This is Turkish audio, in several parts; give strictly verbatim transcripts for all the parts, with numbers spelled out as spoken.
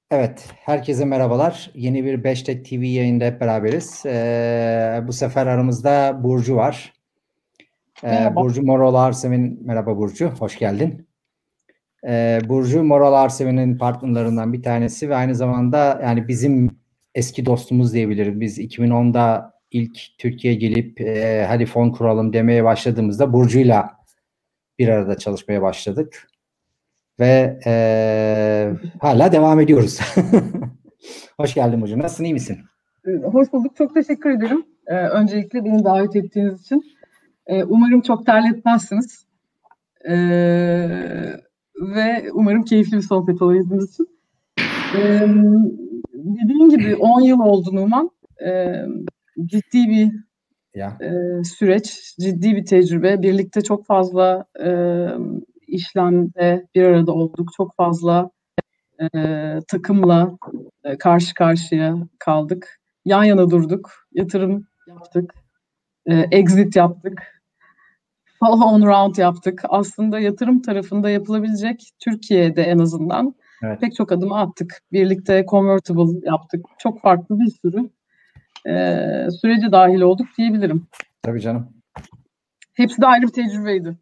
Evet, herkese merhabalar. Yeni bir Beştek T V yayında hep beraberiz. Ee, bu sefer aramızda Burcu var. Ee, Merhaba. Burcu Moral Arseven'in, merhaba Burcu, hoş geldin. Ee, Burcu Moral Arseven'in partnerlerinden bir tanesi ve aynı zamanda yani bizim eski dostumuz diyebilirim. Biz iki bin onda ilk Türkiye'ye gelip e, hadi fon kuralım demeye başladığımızda Burcu'yla bir arada çalışmaya başladık. Ve e, hala devam ediyoruz. Hoş geldin Burcu. Nasılsın, iyi misin? Hoş bulduk. Çok teşekkür ederim. Ee, öncelikle beni davet ettiğiniz için. Ee, umarım çok terletmezsiniz. Ee, ve umarım keyifli bir sohbet olur hepimiz için. Ee, dediğim gibi on yıl oldu Numan. Ee, ciddi bir Ya. e, süreç, ciddi bir tecrübe. Birlikte çok fazla e, işlemde bir arada olduk. Çok fazla e, takımla e, karşı karşıya kaldık. Yan yana durduk. Yatırım yaptık. E, exit yaptık. Follow-on round yaptık. Aslında yatırım tarafında yapılabilecek Türkiye'de en azından Evet. pek çok adım attık. Birlikte convertible yaptık. Çok farklı bir sürü e, sürece dahil olduk diyebilirim. Tabii canım. Hepsi de ayrı bir tecrübeydi.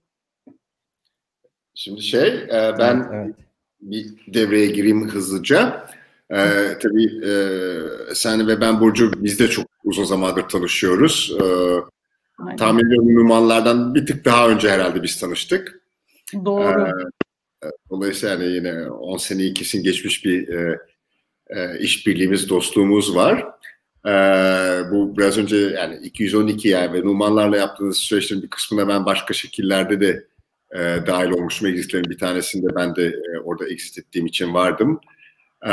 Şimdi şey, e, ben Evet, evet. bir devreye gireyim hızlıca. E, tabii e, sen ve ben Burcu, biz de çok uzun zamandır tanışıyoruz. E, tahmin ediyorum Numanlardan bir tık daha önce herhalde biz tanıştık. Doğru. E, dolayısıyla yani yine on seneyi kesin geçmiş bir e, e, işbirliğimiz, dostluğumuz var. E, bu biraz önce yani iki yüz on iki yani ve Numanlarla yaptığınız süreçlerin bir kısmına ben başka şekillerde de e, dahil olmuşum. Exit'lerin bir tanesinde ben de e, orada exit ettiğim için vardım. E,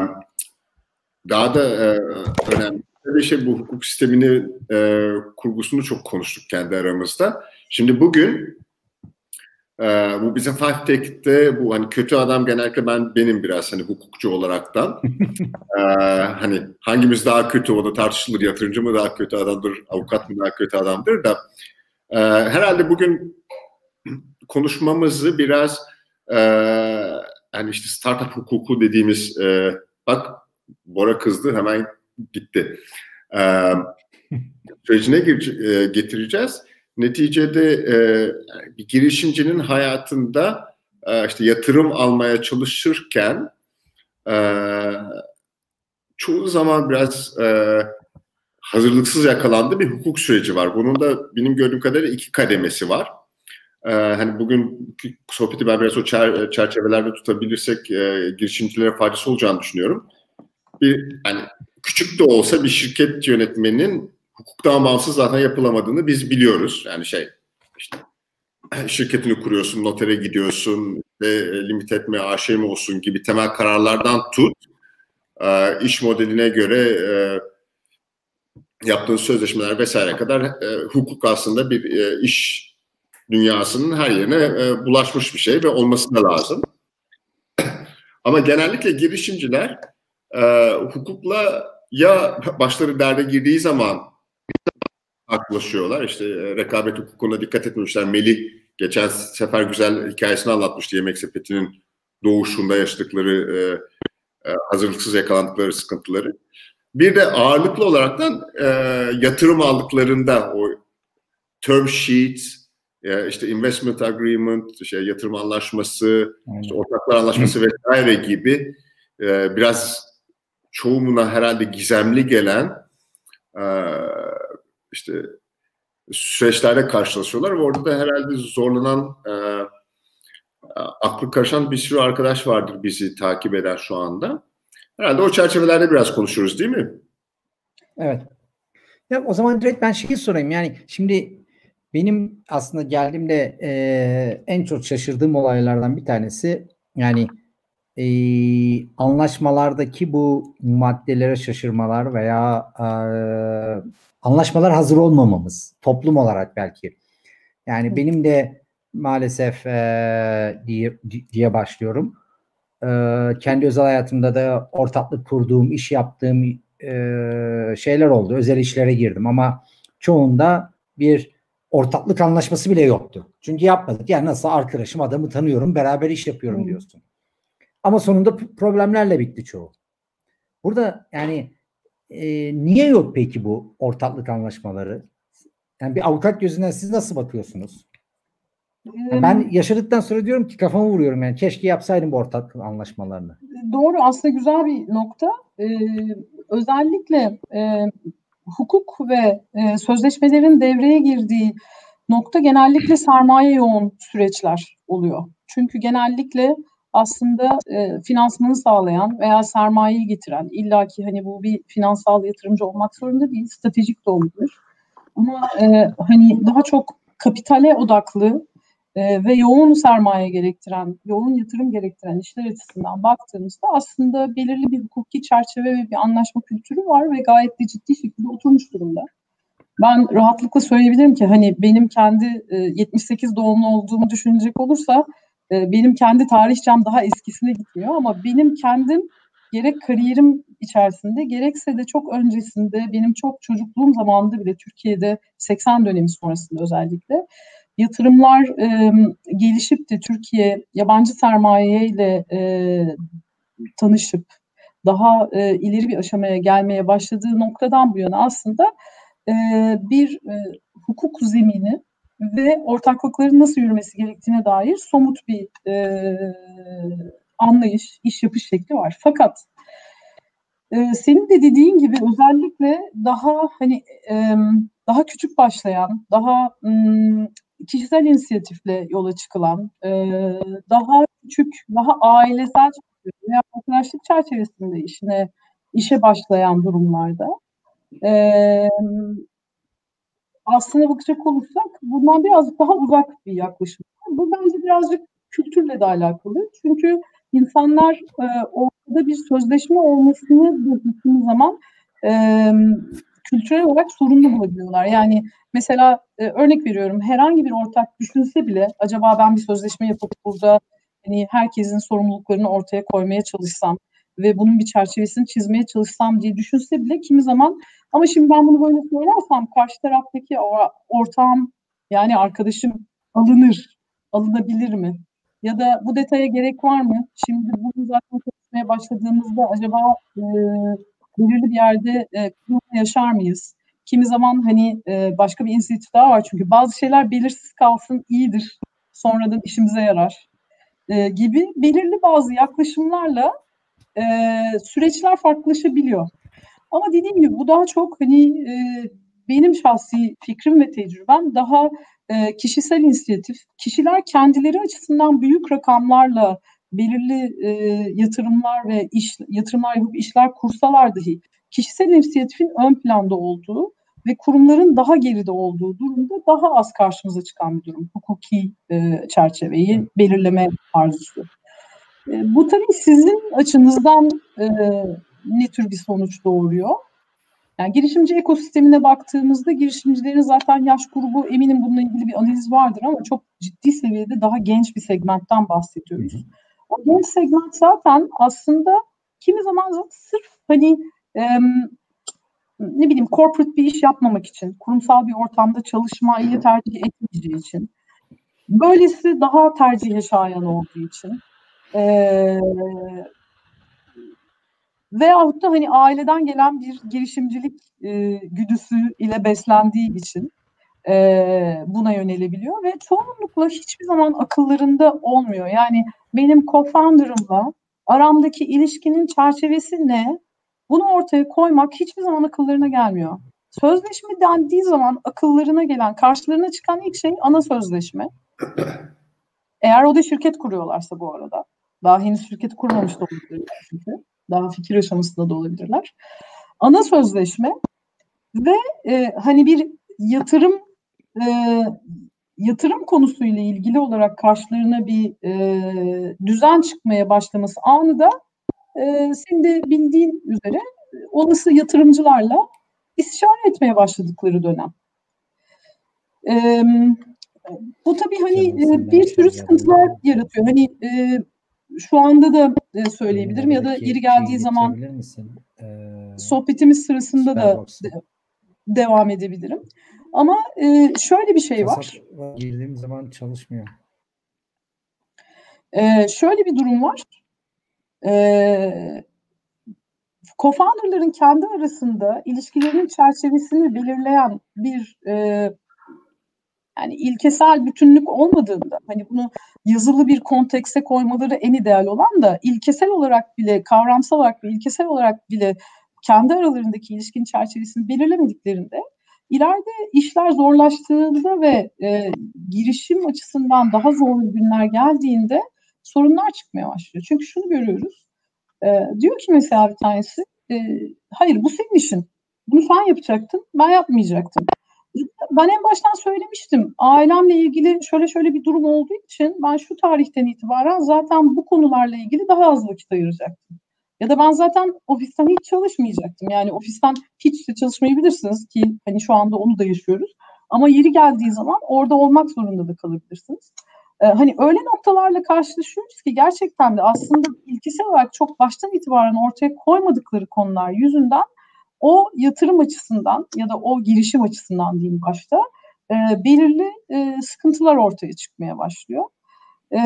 daha da e, önemli bir şey, bu hukuk sistemini e, kurgusunu çok konuştuk kendi aramızda. Şimdi bugün Ee, bu bizim Five Tech'te bu hani kötü adam genellikle ben benim biraz hani hukukçu olaraktan ee, hani hangimiz daha kötü o da tartışılır, yatırımcı mı daha kötü adamdır, avukat mı daha kötü adamdır da e, herhalde bugün konuşmamızı biraz e, hani işte startup hukuku dediğimiz e, bak Bora kızdı hemen gitti e, sürecine gir, e, getireceğiz. Neticede e, bir girişimcinin hayatında e, işte yatırım almaya çalışırken e, çoğu zaman biraz e, hazırlıksız yakalandığı bir hukuk süreci var. Bunun da benim gördüğüm kadarıyla iki kademesi var. E, hani bugün sohbeti ben biraz o çer- çerçevelerde tutabilirsek e, girişimcilere faydası olacağını düşünüyorum. Bir hani küçük de olsa bir şirket yönetmenin hukuktan bağımsız zaten yapılamadığını biz biliyoruz. Yani şey işte şirketini kuruyorsun, notere gidiyorsun, ve limit etme, A Ş mi olsun gibi temel kararlardan tut, e, iş modeline göre e, yaptığın sözleşmeler vesaire kadar e, hukuk aslında bir e, iş dünyasının her yerine e, bulaşmış bir şey ve olması da lazım. Ama genellikle girişimciler e, hukukla ya başları derde girdiği zaman aklaşıyorlar. İşte e, rekabet hukukuna dikkat etmemişler. Melih geçen sefer güzel hikayesini anlatmıştı. Yemek Sepeti'nin doğuşunda yaşadıkları e, e, hazırlıksız yakalandıkları sıkıntıları. Bir de ağırlıklı olaraktan e, yatırım aldıklarında o term sheet, e, işte investment agreement, işte yatırım anlaşması, işte ortaklar anlaşması vesaire gibi e, biraz çoğumuna herhalde gizemli gelen e, işte süreçlerde karşılaşıyorlar ve orada da herhalde zorlanan, e, aklı karışan bir sürü arkadaş vardır bizi takip eden şu anda. Herhalde o çerçevelerde biraz konuşuruz değil mi? Evet. Ya o zaman direkt ben şeyi sorayım. Yani şimdi benim aslında geldiğimde e, en çok şaşırdığım olaylardan bir tanesi yani e, anlaşmalardaki bu maddelere şaşırmalar veya e, anlaşmalar hazır olmamamız toplum olarak belki. Yani benim de maalesef e, diye, diye başlıyorum. E, kendi özel hayatımda da ortaklık kurduğum, iş yaptığım e, şeyler oldu. Özel işlere girdim ama çoğunda bir ortaklık anlaşması bile yoktu. Çünkü yapmadık. Yani nasıl arkadaşım, adamı tanıyorum, beraber iş yapıyorum diyorsun. Ama sonunda problemlerle bitti çoğu. Burada yani e, niye yok peki bu ortaklık anlaşmaları? Yani bir avukat gözünden siz nasıl bakıyorsunuz? Yani ben yaşadıktan sonra diyorum ki kafamı vuruyorum yani keşke yapsaydım bu ortaklık anlaşmalarını. Doğru, aslında güzel bir nokta. Ee, özellikle e, hukuk ve e, sözleşmelerin devreye girdiği nokta genellikle sermaye yoğun süreçler oluyor. Çünkü genellikle aslında e, finansmanı sağlayan veya sermayeyi getiren, illaki hani bu bir finansal yatırımcı olmak zorunda değil, stratejik de olabilir. Ama e, hani daha çok kapitale odaklı e, ve yoğun sermaye gerektiren, yoğun yatırım gerektiren işler açısından baktığımızda aslında belirli bir hukuki çerçeve ve bir anlaşma kültürü var ve gayet de ciddi şekilde oturmuş durumda. Ben rahatlıkla söyleyebilirim ki hani benim kendi e, yetmiş sekiz doğumlu olduğumu düşünecek olursa e, benim kendi tarihçem daha eskisine gitmiyor ama benim kendim gerek kariyerim içerisinde gerekse de çok öncesinde benim çok çocukluğum zamanında bile Türkiye'de seksen dönemi sonrasında özellikle yatırımlar e, gelişip de Türkiye yabancı sermayeyle e, tanışıp daha e, ileri bir aşamaya gelmeye başladığı noktadan bu yana aslında e, bir e, hukuk zemini ve ortaklıkların nasıl yürümesi gerektiğine dair somut bir e, anlayış, iş yapış şekli var. Fakat e, senin de dediğin gibi özellikle daha hani e, daha küçük başlayan, daha m, kişisel inisiyatifle yola çıkılan, e, daha küçük, daha ailesel veya arkadaşlık çerçevesinde işine işe başlayan durumlarda e, aslına bakacak olursak bundan birazcık daha uzak bir yaklaşım var. Bu bence birazcık kültürle de alakalı. Çünkü insanlar e, ortada bir sözleşme olmasını düşündüğü zaman e, kültürel olarak sorunlu bulabiliyorlar. Yani mesela e, örnek veriyorum herhangi bir ortak düşünse bile acaba ben bir sözleşme yapıp burada hani herkesin sorumluluklarını ortaya koymaya çalışsam ve bunun bir çerçevesini çizmeye çalışsam diye düşünse bile kimi zaman ama şimdi ben bunu böyle söylersem karşı taraftaki ortağım yani arkadaşım alınır, alınabilir mi? Ya da bu detaya gerek var mı? Şimdi bunu zaten konuşmaya başladığımızda acaba e, belirli bir yerde e, yaşar mıyız? Kimi zaman hani e, başka bir inisiyatif daha var çünkü bazı şeyler belirsiz kalsın iyidir. Sonradan işimize yarar e, gibi belirli bazı yaklaşımlarla e, süreçler farklılaşabiliyor. Ama dediğim gibi bu daha çok hani e, benim şahsi fikrim ve tecrübem daha e, kişisel inisiyatif. Kişiler kendileri açısından büyük rakamlarla belirli e, yatırımlar ve iş yatırımlar yapıp işler kursalar dahi kişisel inisiyatifin ön planda olduğu ve kurumların daha geride olduğu durumda daha az karşımıza çıkan bir durum. Hukuki e, çerçeveyi belirleme arzusu. E, bu tabii sizin açınızdan e, ne tür bir sonuç doğuruyor? Yani girişimci ekosistemine baktığımızda girişimcilerin zaten yaş grubu eminim bununla ilgili bir analiz vardır ama çok ciddi seviyede daha genç bir segmentten bahsediyoruz. Hı hı. O genç segment zaten aslında kimi zaman zaten sırf hani e, ne bileyim corporate bir iş yapmamak için, kurumsal bir ortamda çalışmayı tercih etmeyeceği için, böylesi daha tercihe şayan olduğu için eee veyahut da hani aileden gelen bir girişimcilik e, güdüsü ile beslendiği için e, buna yönelebiliyor ve çoğunlukla hiçbir zaman akıllarında olmuyor. Yani benim co-founder'ımla aramdaki ilişkinin çerçevesi ne? Bunu ortaya koymak hiçbir zaman akıllarına gelmiyor. Sözleşme dendiği zaman akıllarına gelen, karşılarına çıkan ilk şey ana sözleşme. Eğer o da şirket kuruyorlarsa bu arada. Daha henüz şirket kurmamış da olabilirler çünkü. Daha fikir aşamasında da olabilirler. Ana sözleşme ve e, hani bir yatırım e, yatırım konusuyla ilgili olarak karşılarına bir e, düzen çıkmaya başlaması anı da e, senin de bildiğin üzere olası yatırımcılarla istişare etmeye başladıkları dönem. E, bu tabii hani e, bir sürü sıkıntılar yaratıyor. Hani e, şu anda da e, söyleyebilirim ya da yeri geldiği zaman ee, sohbetimiz sırasında da de, devam edebilirim. Ama e, şöyle bir şey var. Girdiğim zaman çalışmıyor. E, şöyle bir durum var. E, co-founder'ların kendi arasında ilişkilerinin çerçevesini belirleyen bir e, yani ilkesel bütünlük olmadığında, hani bunu yazılı bir kontekste koymaları en ideal olan da, ilkesel olarak bile, kavramsal olarak ve ilkesel olarak bile kendi aralarındaki ilişkinin çerçevesini belirlemediklerinde, ileride işler zorlaştığında ve e, girişim açısından daha zorlu günler geldiğinde sorunlar çıkmaya başlıyor. Çünkü şunu görüyoruz, e, diyor ki mesela bir tanesi, e, hayır bu senin işin, bunu sen yapacaktın, ben yapmayacaktım. Ben en baştan söylemiştim, ailemle ilgili şöyle şöyle bir durum olduğu için ben şu tarihten itibaren zaten bu konularla ilgili daha az vakit ayıracaktım. Ya da ben zaten ofisten hiç çalışmayacaktım. Yani ofisten hiç de çalışmayabilirsiniz ki hani şu anda onu da yaşıyoruz. Ama yeri geldiği zaman orada olmak zorunda da kalabilirsiniz. Ee, hani öyle noktalarla karşılaşıyoruz ki gerçekten de aslında ilkesel olarak çok baştan itibaren ortaya koymadıkları konular yüzünden o yatırım açısından ya da o girişim açısından diyeyim başta e, belirli e, sıkıntılar ortaya çıkmaya başlıyor. E,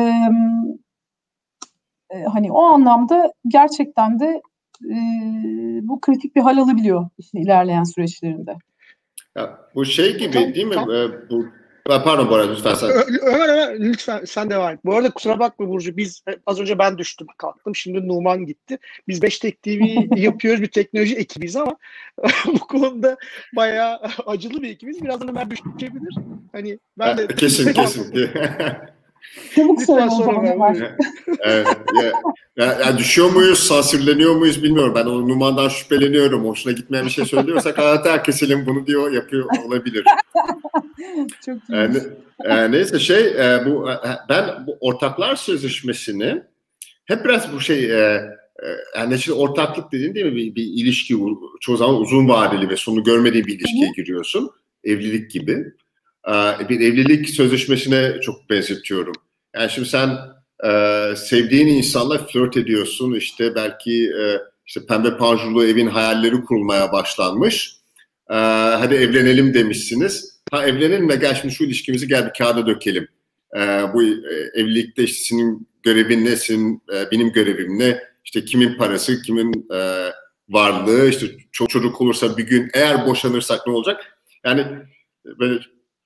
e, hani o anlamda gerçekten de e, bu kritik bir hal alabiliyor işte ilerleyen süreçlerinde. Ya, bu şey gibi tam, değil mi? Tam. Ee, bu, pardon Bora, lütfen sen. Ömer Ömer lütfen sen devam et. Bu arada kusura bakma Burcu, biz az önce ben düştüm kalktım, şimdi Numan gitti. Biz beş Tek T V yapıyoruz, bir teknoloji ekibiyiz ama bu konuda bayağı acılı bir ekibiz. Birazdan Ömer düşebilir. Hani ben de kesin kesin. Çabuk söyle o zaman Ömer. Evet, ya, ya, ya düşüyor muyuz, sansürleniyor muyuz bilmiyorum. Ben o Numan'dan şüpheleniyorum. Hoşuna gitmeyen bir şey söylüyorsak hayata keselim bunu diyor, yapıyor olabilir. Çok iyi. Yani, e, neyse şey e, bu ben bu ortaklar sözleşmesini hep biraz bu şey e, e, yani şimdi ortaklık dediğin değil mi, bir, bir ilişki, çoğu zaman uzun vadeli ve sonu görmediğin bir ilişkiye Hı-hı. giriyorsun, evlilik gibi. E, bir evlilik sözleşmesine çok benzetiyorum. Yani şimdi sen e, sevdiğin insanla flört ediyorsun, işte belki e, işte pembe panjurlu evin hayalleri kurulmaya başlanmış. E, hadi evlenelim demişsiniz. Ha evlenelim de gel şimdi şu ilişkimizi gel bir kağıda dökelim. Ee, bu e, evlilikte işte senin görevin ne, senin, e, benim görevim ne, işte kimin parası, kimin e, varlığı, işte çok çocuk olursa bir gün eğer boşanırsak ne olacak? Yani böyle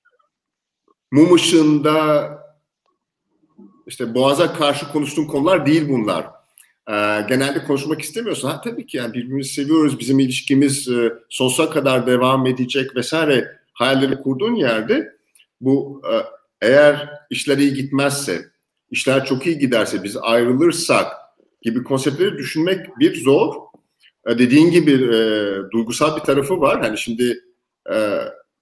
mum ışığında işte boğaza karşı konuştuğun konular değil bunlar. Ee, genelde konuşmak istemiyorsun. Ha tabii ki yani birbirimizi seviyoruz, bizim ilişkimiz e, sonsuza kadar devam edecek vesaire hayalleri kurduğun yerde bu e, eğer işler iyi gitmezse, işler çok iyi giderse, biz ayrılırsak gibi konseptleri düşünmek bir zor. E, dediğin gibi e, duygusal bir tarafı var. Hani şimdi e,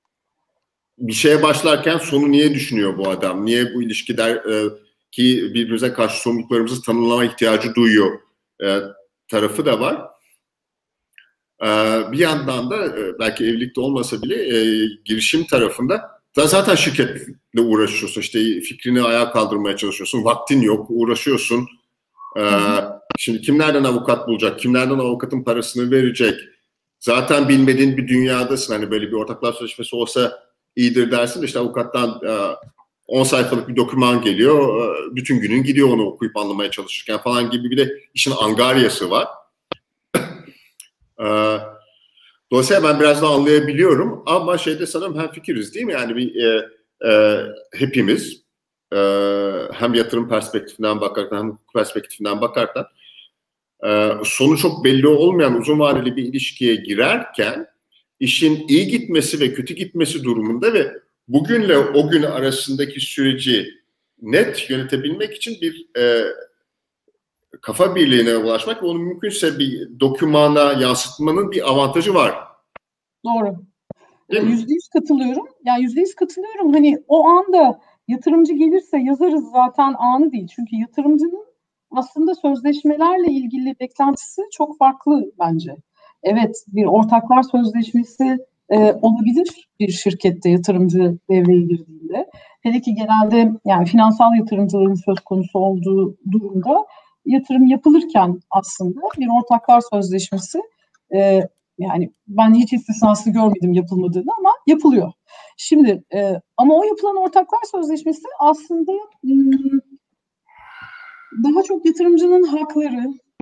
bir şeye başlarken sonu niye düşünüyor bu adam? Niye bu ilişkiler e, ki birbirimize karşı sorumluluklarımızı tanımlama ihtiyacı duyuyor e, tarafı da var. E, bir yandan da e, belki evlilikte olmasa bile e, girişim tarafında da zaten şirketle uğraşıyorsun. İşte fikrini ayağa kaldırmaya çalışıyorsun. Vaktin yok, uğraşıyorsun. E, şimdi kimlerden avukat bulacak? Kimlerden avukatın parasını verecek? Zaten bilmediğin bir dünyadasın. Hani böyle bir ortaklar sözleşmesi olsa iyidir dersin de işte avukattan e, on sayfalık bir doküman geliyor. Bütün günün gidiyor onu okuyup anlamaya çalışırken falan gibi bir de işin angaryası var. Dolayısıyla ben biraz daha anlayabiliyorum ama şeyde sanırım hemfikiriz değil mi? Yani bir e, e, hepimiz e, hem yatırım perspektifinden bakarken hem hukuk perspektifinden bakarken e, sonu çok belli olmayan uzun vadeli bir ilişkiye girerken işin iyi gitmesi ve kötü gitmesi durumunda ve bugünle o gün arasındaki süreci net yönetebilmek için bir e, kafa birliğine ulaşmak ve onu mümkünse bir dokümana yansıtmanın bir avantajı var. Doğru. Yüzde yüz katılıyorum. Yani yüzde yüz katılıyorum. Hani o anda yatırımcı gelirse yazarız zaten anı değil. Çünkü yatırımcının aslında sözleşmelerle ilgili beklentisi çok farklı bence. Evet, bir ortaklar sözleşmesi e, olabilir bir şirkette yatırımcı devreye girdiğinde. Hele ki genelde yani finansal yatırımcıların söz konusu olduğu durumda yatırım yapılırken aslında bir ortaklar sözleşmesi e, yani ben hiç istisnasını görmedim yapılmadığını ama yapılıyor. Şimdi e, ama o yapılan ortaklar sözleşmesi aslında hmm, daha çok yatırımcının hakları,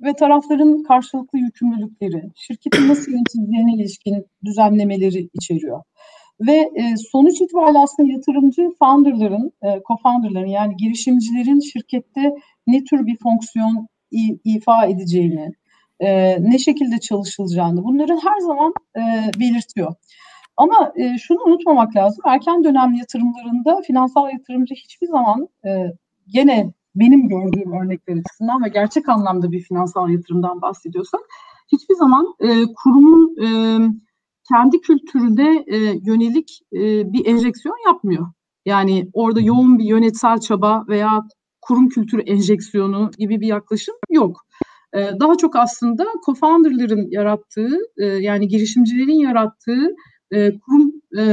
ve tarafların karşılıklı yükümlülükleri, şirketin nasıl yönetildiğine ilişkin düzenlemeleri içeriyor. Ve e, sonuç itibariyle aslında yatırımcı founderların, e, co-founderların yani girişimcilerin şirkette ne tür bir fonksiyon i- ifa edeceğini, e, ne şekilde çalışılacağını bunları her zaman e, belirtiyor. Ama e, şunu unutmamak lazım, erken dönem yatırımlarında finansal yatırımcı hiçbir zaman e, gene benim gördüğüm örnekler açısından ve gerçek anlamda bir finansal yatırımdan bahsediyorsak hiçbir zaman e, kurumun e, kendi kültürüne e, yönelik e, bir enjeksiyon yapmıyor. Yani orada yoğun bir yönetsel çaba veya kurum kültürü enjeksiyonu gibi bir yaklaşım yok. E, daha çok aslında co-founder'ların yarattığı, e, yani girişimcilerin yarattığı e, kurum e,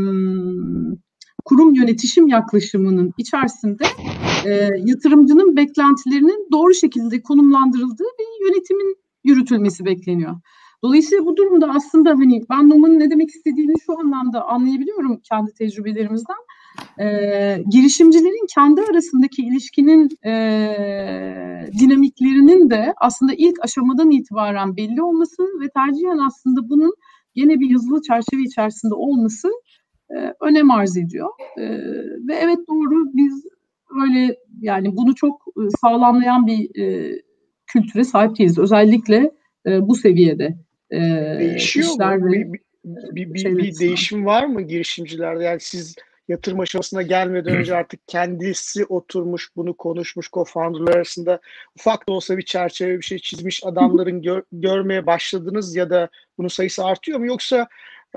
kurum yönetişim yaklaşımının içerisinde e, yatırımcının beklentilerinin doğru şekilde konumlandırıldığı bir yönetimin yürütülmesi bekleniyor. Dolayısıyla bu durumda aslında hani ben Numan'ın ne demek istediğini şu anlamda anlayabiliyorum kendi tecrübelerimizden. Ee, girişimcilerin kendi arasındaki ilişkinin e, dinamiklerinin de aslında ilk aşamadan itibaren belli olması ve tercihen aslında bunun yine bir yazılı çerçeve içerisinde olması e, önem arz ediyor. E, ve evet doğru biz öyle yani bunu çok e, sağlamlayan bir e, kültüre sahip değiliz. Özellikle e, bu seviyede. E, Değişiyor mu? Bir, bir, bir, bir, bir değişim var mı girişimcilerde? Yani siz yatırım aşamasına gelmeden önce artık kendisi oturmuş, bunu konuşmuş, co-founder'lar arasında ufak da olsa bir çerçeve, bir şey çizmiş adamların gör, görmeye başladınız ya da bunun sayısı artıyor mu? Yoksa e,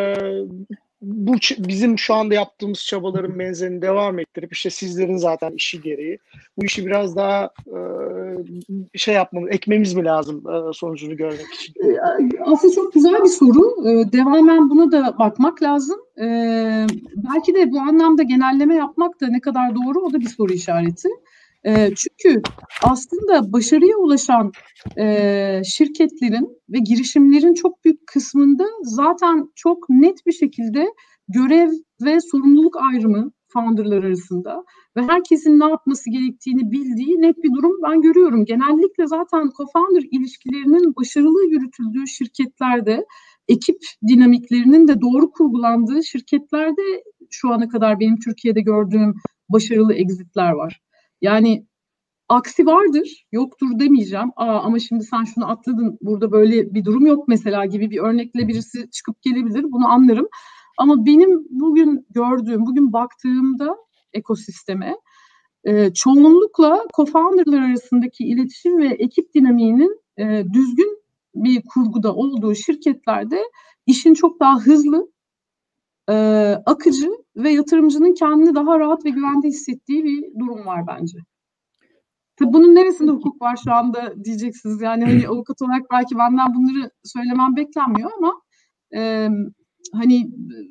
bu bizim şu anda yaptığımız çabaların benzerini devam ettirip işte sizlerin zaten işi gereği bu işi biraz daha e, şey yapmamız, ekmemiz mi lazım e, sonucunu görmek için? Aslında çok güzel bir soru. E, devamen buna da bakmak lazım. E, belki de bu anlamda genelleme yapmak da ne kadar doğru o da bir soru işareti. E, çünkü aslında başarıya ulaşan e, şirketlerin ve girişimlerin çok büyük kısmında zaten çok net bir şekilde görev ve sorumluluk ayrımı founderlar arasında ve herkesin ne yapması gerektiğini bildiği net bir durum ben görüyorum. Genellikle zaten co-founder ilişkilerinin başarılı yürütüldüğü şirketlerde, ekip dinamiklerinin de doğru kurgulandığı şirketlerde şu ana kadar benim Türkiye'de gördüğüm başarılı exitler var. Yani aksi vardır, yoktur demeyeceğim. Aa, ama şimdi sen şunu atladın, burada böyle bir durum yok mesela gibi bir örnekle birisi çıkıp gelebilir, bunu anlarım. Ama benim bugün gördüğüm, bugün baktığımda ekosisteme e, çoğunlukla co-founder'lar arasındaki iletişim ve ekip dinamiğinin e, düzgün bir kurguda olduğu şirketlerde işin çok daha hızlı, e, akıcı ve yatırımcının kendini daha rahat ve güvende hissettiği bir durum var bence. Tabii bunun neresinde hukuk var şu anda diyeceksiniz. Yani hani avukat olarak belki benden bunları söylemem beklenmiyor ama e, hani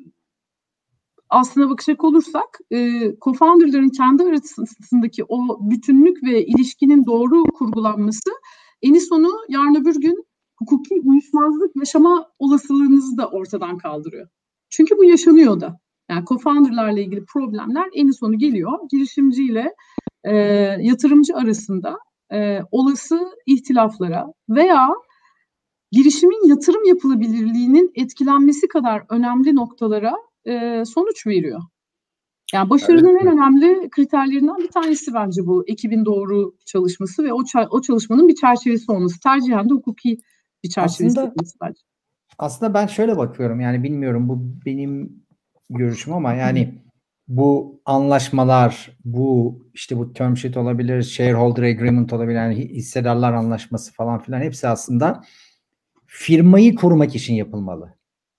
aslına bakacak olursak e, co-founder'ların kendi arasındaki o bütünlük ve ilişkinin doğru kurgulanması en sonu yarın öbür gün hukuki uyuşmazlık yaşama olasılığınızı da ortadan kaldırıyor. Çünkü bu yaşanıyor da. Yani co-founder'larla ilgili problemler en sonu geliyor. Girişimciyle e, yatırımcı arasında e, olası ihtilaflara veya girişimin yatırım yapılabilirliğinin etkilenmesi kadar önemli noktalara e, sonuç veriyor. Yani başarının evet. en önemli kriterlerinden bir tanesi bence bu ekibin doğru çalışması ve o, o çalışmanın bir çerçevesi olması. Tercihen de hukuki bir çerçevesi aslında, olması bence. Aslında ben şöyle bakıyorum, yani bilmiyorum bu benim görüşüm ama yani bu anlaşmalar, bu işte bu term sheet olabilir, shareholder agreement olabilir, yani hissedarlar anlaşması falan filan hepsi aslında firmayı korumak için yapılmalı.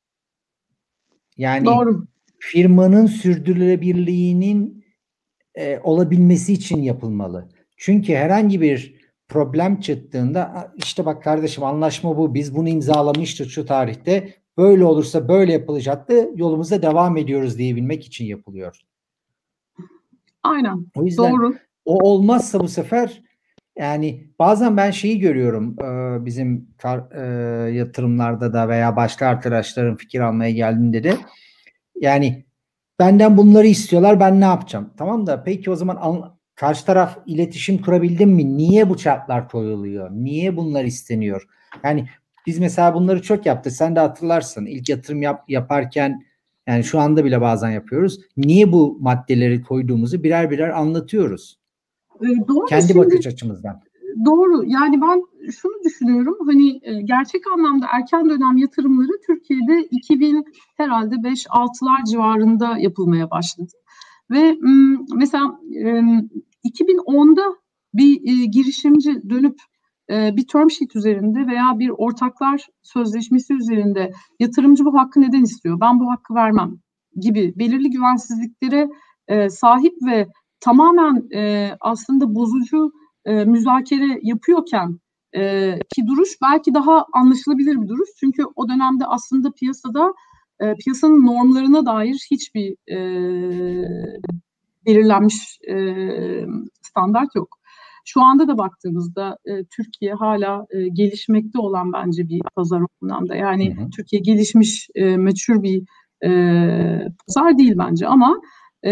Yani doğru. Firmanın sürdürülebilirliğinin e, olabilmesi için yapılmalı. Çünkü herhangi bir problem çıktığında işte bak kardeşim anlaşma bu, biz bunu imzalamıştık şu tarihte, böyle olursa böyle yapılacaktı, yolumuza devam ediyoruz diyebilmek için yapılıyor. Aynen. O yüzden doğru. O olmazsa bu sefer yani bazen ben şeyi görüyorum e, bizim kar, e, yatırımlarda da veya başka arkadaşların fikir almaya geldiğinde de yani benden bunları istiyorlar, ben ne yapacağım? Tamam da peki o zaman an, karşı taraf iletişim kurabildim mi? Niye bu şartlar koyuluyor? Niye bunlar isteniyor? Yani biz mesela bunları çok yaptık. Sen de hatırlarsın. İlk yatırım yap, yaparken yani şu anda bile bazen yapıyoruz. Niye bu maddeleri koyduğumuzu birer birer anlatıyoruz. Ee, doğru, kendi şimdi, bakış açımızdan. Doğru. Yani ben şunu düşünüyorum. Hani gerçek anlamda erken dönem yatırımları Türkiye'de iki bin herhalde beş altılar civarında yapılmaya başladı. Ve mesela iki bin onda bir girişimci dönüp bir term sheet üzerinde veya bir ortaklar sözleşmesi üzerinde yatırımcı bu hakkı neden istiyor? Ben bu hakkı vermem gibi belirli güvensizliklere sahip ve tamamen aslında bozucu müzakere yapıyorken ki duruş belki daha anlaşılabilir bir duruş. Çünkü o dönemde aslında piyasada piyasanın normlarına dair hiçbir belirlenmiş standart yok. Şu anda da baktığımızda e, Türkiye hala e, gelişmekte olan bence bir pazar anlamda. Yani hı hı. Türkiye gelişmiş, e, mature bir e, pazar değil bence ama e,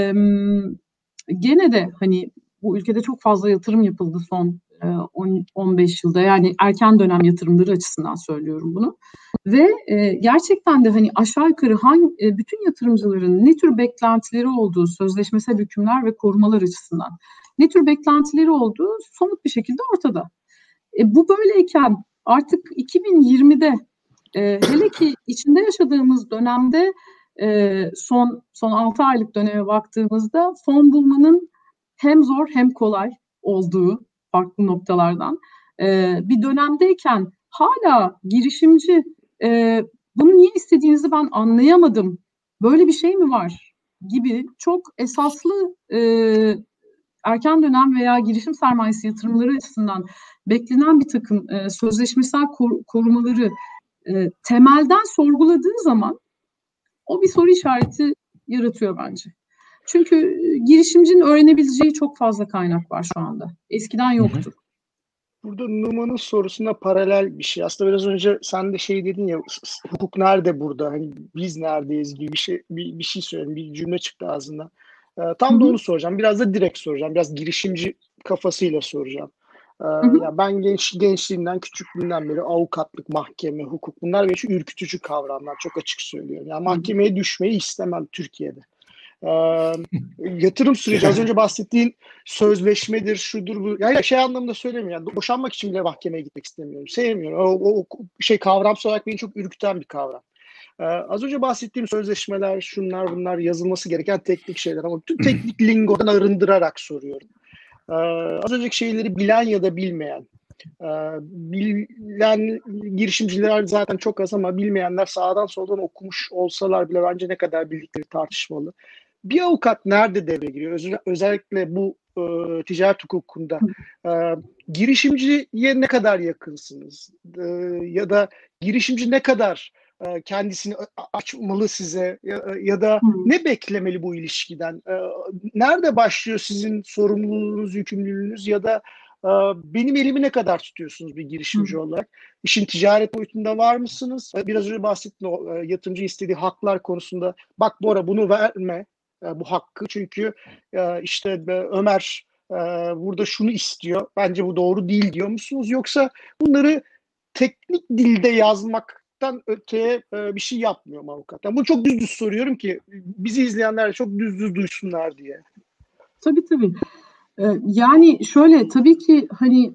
gene de hani bu ülkede çok fazla yatırım yapıldı son e, on on beş yılda. Yani erken dönem yatırımları açısından söylüyorum bunu. Ve e, gerçekten de hani aşağı yukarı hangi e, bütün yatırımcıların ne tür beklentileri olduğu sözleşmesel hükümler ve korumalar açısından ne tür beklentileri olduğu somut bir şekilde ortada. E, bu böyleyken artık iki bin yirmide e, hele ki içinde yaşadığımız dönemde e, son son altı aylık döneme baktığımızda fon bulmanın hem zor hem kolay olduğu farklı noktalardan e, bir dönemdeyken hala girişimci e, bunu niye istediğinizi ben anlayamadım, böyle bir şey mi var gibi çok esaslı e, erken dönem veya girişim sermayesi yatırımları açısından beklenen bir takım e, sözleşmesel kor- korumaları e, temelden sorguladığı zaman o bir soru işareti yaratıyor bence. Çünkü e, girişimcinin öğrenebileceği çok fazla kaynak var şu anda. Eskiden yoktu. Burada Numan'ın sorusuna paralel bir şey. Aslında biraz önce sen de şey dedin ya, hukuk nerede burada? Hani biz neredeyiz gibi bir şey bir, bir şey söyledin. Bir cümle çıktı ağzından. Ee, tam da onu soracağım. Biraz da direkt soracağım. Biraz girişimci kafasıyla soracağım. Ee, ya ben genç gençliğimden, küçüklüğümden beri avukatlık, mahkeme, hukuk bunlar benim için ürkütücü kavramlar. Çok açık söylüyorum. Yani mahkemeye düşmeyi istemem Türkiye'de. Ee, yatırım süreci az önce bahsettiğin sözleşmedir, şudur bu. Yani şey anlamında söylemiyorum. Yani boşanmak için bile mahkemeye gitmek istemiyorum. Sevmiyorum. O, o, o şey kavramsal olarak beni çok ürküten bir kavram. Ee, az önce bahsettiğim sözleşmeler, şunlar bunlar yazılması gereken teknik şeyler ama bütün teknik lingodan arındırarak soruyorum. Ee, az önceki şeyleri bilen ya da bilmeyen. Ee, bilen girişimciler zaten çok az ama bilmeyenler sağdan soldan okumuş olsalar bile bence ne kadar bildikleri tartışmalı. Bir avukat nerede devreye giriyor? Öz- özellikle bu e, ticaret hukukunda e, girişimciye ne kadar yakınsınız? E, ya da girişimci ne kadar e, kendisini açmalı size ya, ya da ne beklemeli bu ilişkiden? E, nerede başlıyor sizin sorumluluğunuz, yükümlülüğünüz ya da e, benim elimi ne kadar tutuyorsunuz bir girişimci olarak? İşin ticaret boyutunda var mısınız? Biraz önce bahsettim o e, yatırımcı istediği haklar konusunda. Bak Bora bunu verme. Bu hakkı çünkü işte Ömer burada şunu istiyor, bence bu doğru değil diyor musunuz? Yoksa bunları teknik dilde yazmaktan öteye bir şey yapmıyor mu avukat? Yani bunu çok düz düz soruyorum ki bizi izleyenler çok düz düz duysunlar diye. Tabii tabii. Yani şöyle tabii ki hani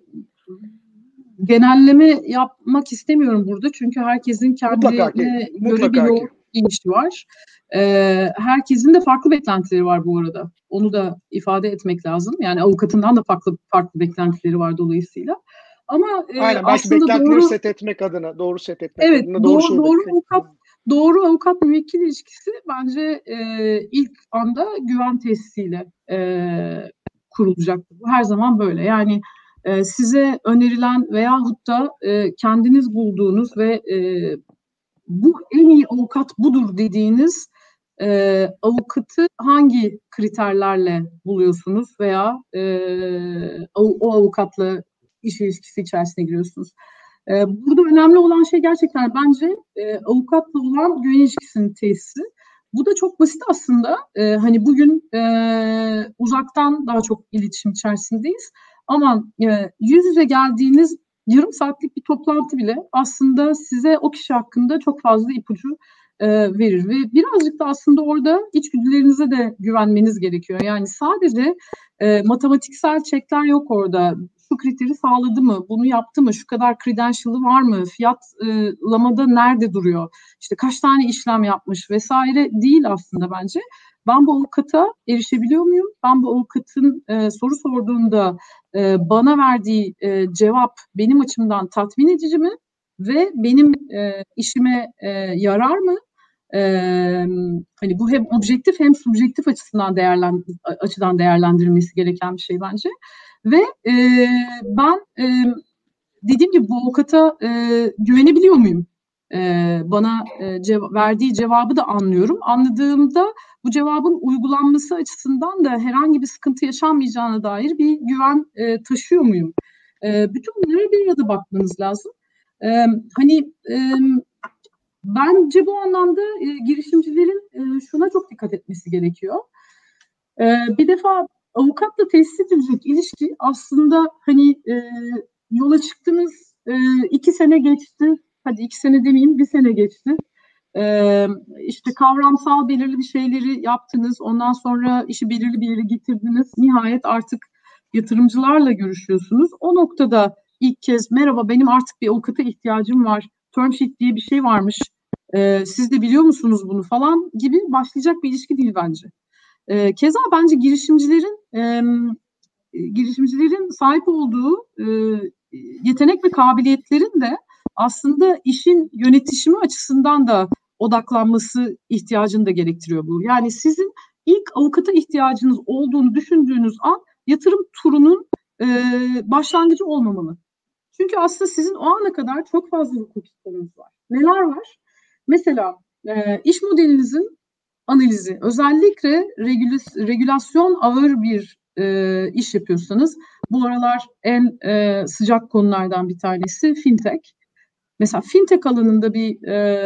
genelleme yapmak istemiyorum burada çünkü herkesin kendine göre bir yol işi var. Ee, herkesin de farklı beklentileri var bu arada. Onu da ifade etmek lazım. Yani avukatından da farklı farklı beklentileri var dolayısıyla. Ama e, Aynen, belki aslında beklentileri doğru set etmek adına, doğru set etmek evet, adına doğru doğru şey doğru beklemek. avukat doğru avukat müvekkil ilişkisi bence e, ilk anda güven tesisiyle e, kurulacak. Bu her zaman böyle. Yani e, size önerilen veyahut da e, kendiniz bulduğunuz ve e, bu en iyi avukat budur dediğiniz e, avukatı hangi kriterlerle buluyorsunuz veya e, o, o avukatla iş ilişkisi içerisine giriyorsunuz? E, burada önemli olan şey gerçekten bence e, avukatla olan güven ilişkisinin tesisi. Bu da çok basit aslında. E, hani bugün e, uzaktan daha çok iletişim içerisindeyiz. Ama e, yüz yüze geldiğiniz yarım saatlik bir toplantı bile aslında size o kişi hakkında çok fazla ipucu e, verir. Ve birazcık da aslında orada içgüdülerinize de güvenmeniz gerekiyor. Yani sadece e, matematiksel çekler yok orada. Şu kriteri sağladı mı, bunu yaptı mı, şu kadar credential'ı var mı, fiyatlamada nerede duruyor, işte kaç tane işlem yapmış vesaire değil aslında bence. Ben bu avukata erişebiliyor muyum? Ben bu avukatın e, soru sorduğunda e, bana verdiği e, cevap benim açımdan tatmin edici mi? Ve benim e, işime e, yarar mı? E, hani bu hem objektif hem subjektif açısından değerlen, açıdan değerlendirilmesi gereken bir şey bence. Ve e, ben e, dediğim gibi bu avukata e, güvenebiliyor muyum? E, bana e, cev- verdiği cevabı da anlıyorum. Anladığımda bu cevabın uygulanması açısından da herhangi bir sıkıntı yaşanmayacağına dair bir güven e, taşıyor muyum? E, bütün bunlara bir arada bakmanız lazım. E, hani e, bence bu anlamda e, girişimcilerin e, şuna çok dikkat etmesi gerekiyor. E, bir defa avukatla tesis edilecek ilişki aslında hani e, yola çıktınız, e, iki sene geçti, hadi iki sene demeyeyim, bir sene geçti. E, işte kavramsal belirli bir şeyleri yaptınız, ondan sonra işi belirli bir yere getirdiniz. Nihayet artık yatırımcılarla görüşüyorsunuz. O noktada ilk kez merhaba benim artık bir avukata ihtiyacım var, term sheet diye bir şey varmış, e, siz de biliyor musunuz bunu falan gibi başlayacak bir ilişki değil bence. E, keza bence girişimcilerin e, girişimcilerin sahip olduğu e, yetenek ve kabiliyetlerin de aslında işin yönetişimi açısından da odaklanması ihtiyacını da gerektiriyor bu. Yani sizin ilk avukata ihtiyacınız olduğunu düşündüğünüz an yatırım turunun e, başlangıcı olmamalı. Çünkü aslında sizin o ana kadar çok fazla hukuki sorunuz var. Neler var? Mesela e, iş modelinizin analizi, özellikle regülas, regülasyon ağır bir e, iş yapıyorsanız, bu aralar en e, sıcak konulardan bir tanesi fintech. Mesela fintech alanında bir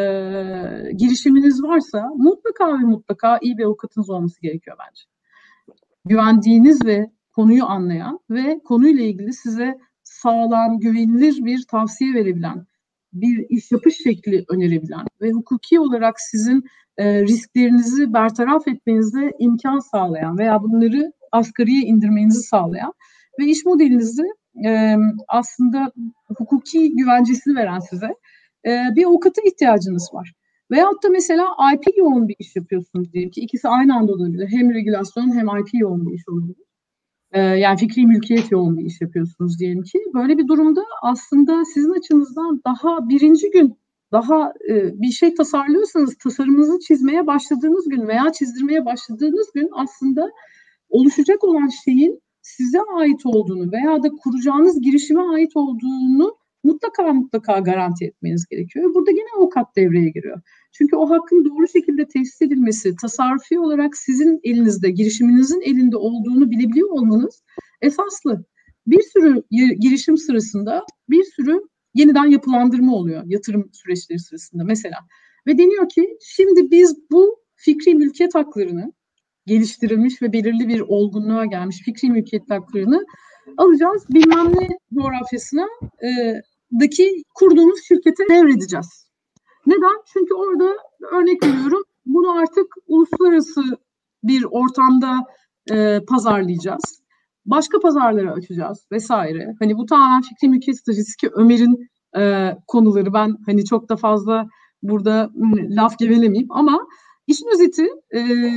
e, girişiminiz varsa mutlaka ve mutlaka iyi bir avukatınız olması gerekiyor bence. Güvendiğiniz ve konuyu anlayan ve konuyla ilgili size sağlam, güvenilir bir tavsiye verebilen, bir iş yapış şekli önerebilen ve hukuki olarak sizin e, risklerinizi bertaraf etmenize imkan sağlayan veya bunları asgariye indirmenizi sağlayan ve iş modelinizi e, aslında hukuki güvencesini veren size e, bir avukata ihtiyacınız var. Veyahut da mesela I P yoğun bir iş yapıyorsunuz diyelim ki, ikisi aynı anda olabilir. Hem regülasyon hem I P yoğun bir iş olabilir. Ee, yani fikri mülkiyet yoğun bir iş yapıyorsunuz diyelim ki. Böyle bir durumda aslında sizin açınızdan daha birinci gün daha e, bir şey tasarlıyorsanız, tasarımınızı çizmeye başladığınız gün veya çizdirmeye başladığınız gün aslında oluşacak olan şeyin size ait olduğunu veya da kuracağınız girişime ait olduğunu mutlaka mutlaka garanti etmeniz gerekiyor. Burada yine avukat devreye giriyor. Çünkü o hakkın doğru şekilde tesis edilmesi, tasarrufi olarak sizin elinizde, girişiminizin elinde olduğunu bilebiliyor olmanız esaslı. Bir sürü girişim sırasında bir sürü yeniden yapılandırma oluyor yatırım süreçleri sırasında mesela. Ve deniyor ki şimdi biz bu fikri mülkiyet haklarını, geliştirilmiş ve belirli bir olgunluğa gelmiş fikri mülkiyet haklarını alacağız, bilmem ne coğrafyasına e, daki kurduğumuz şirkete devredeceğiz. Neden? Çünkü orada örnek veriyorum, bunu artık uluslararası bir ortamda e, pazarlayacağız. Başka pazarlara açacağız vesaire. Hani bu tamamen fikri mülkiyet stratejisi ki Ömer'in e, konuları, ben hani çok da fazla burada m, laf gevelemeyeyim ama işin özeti e,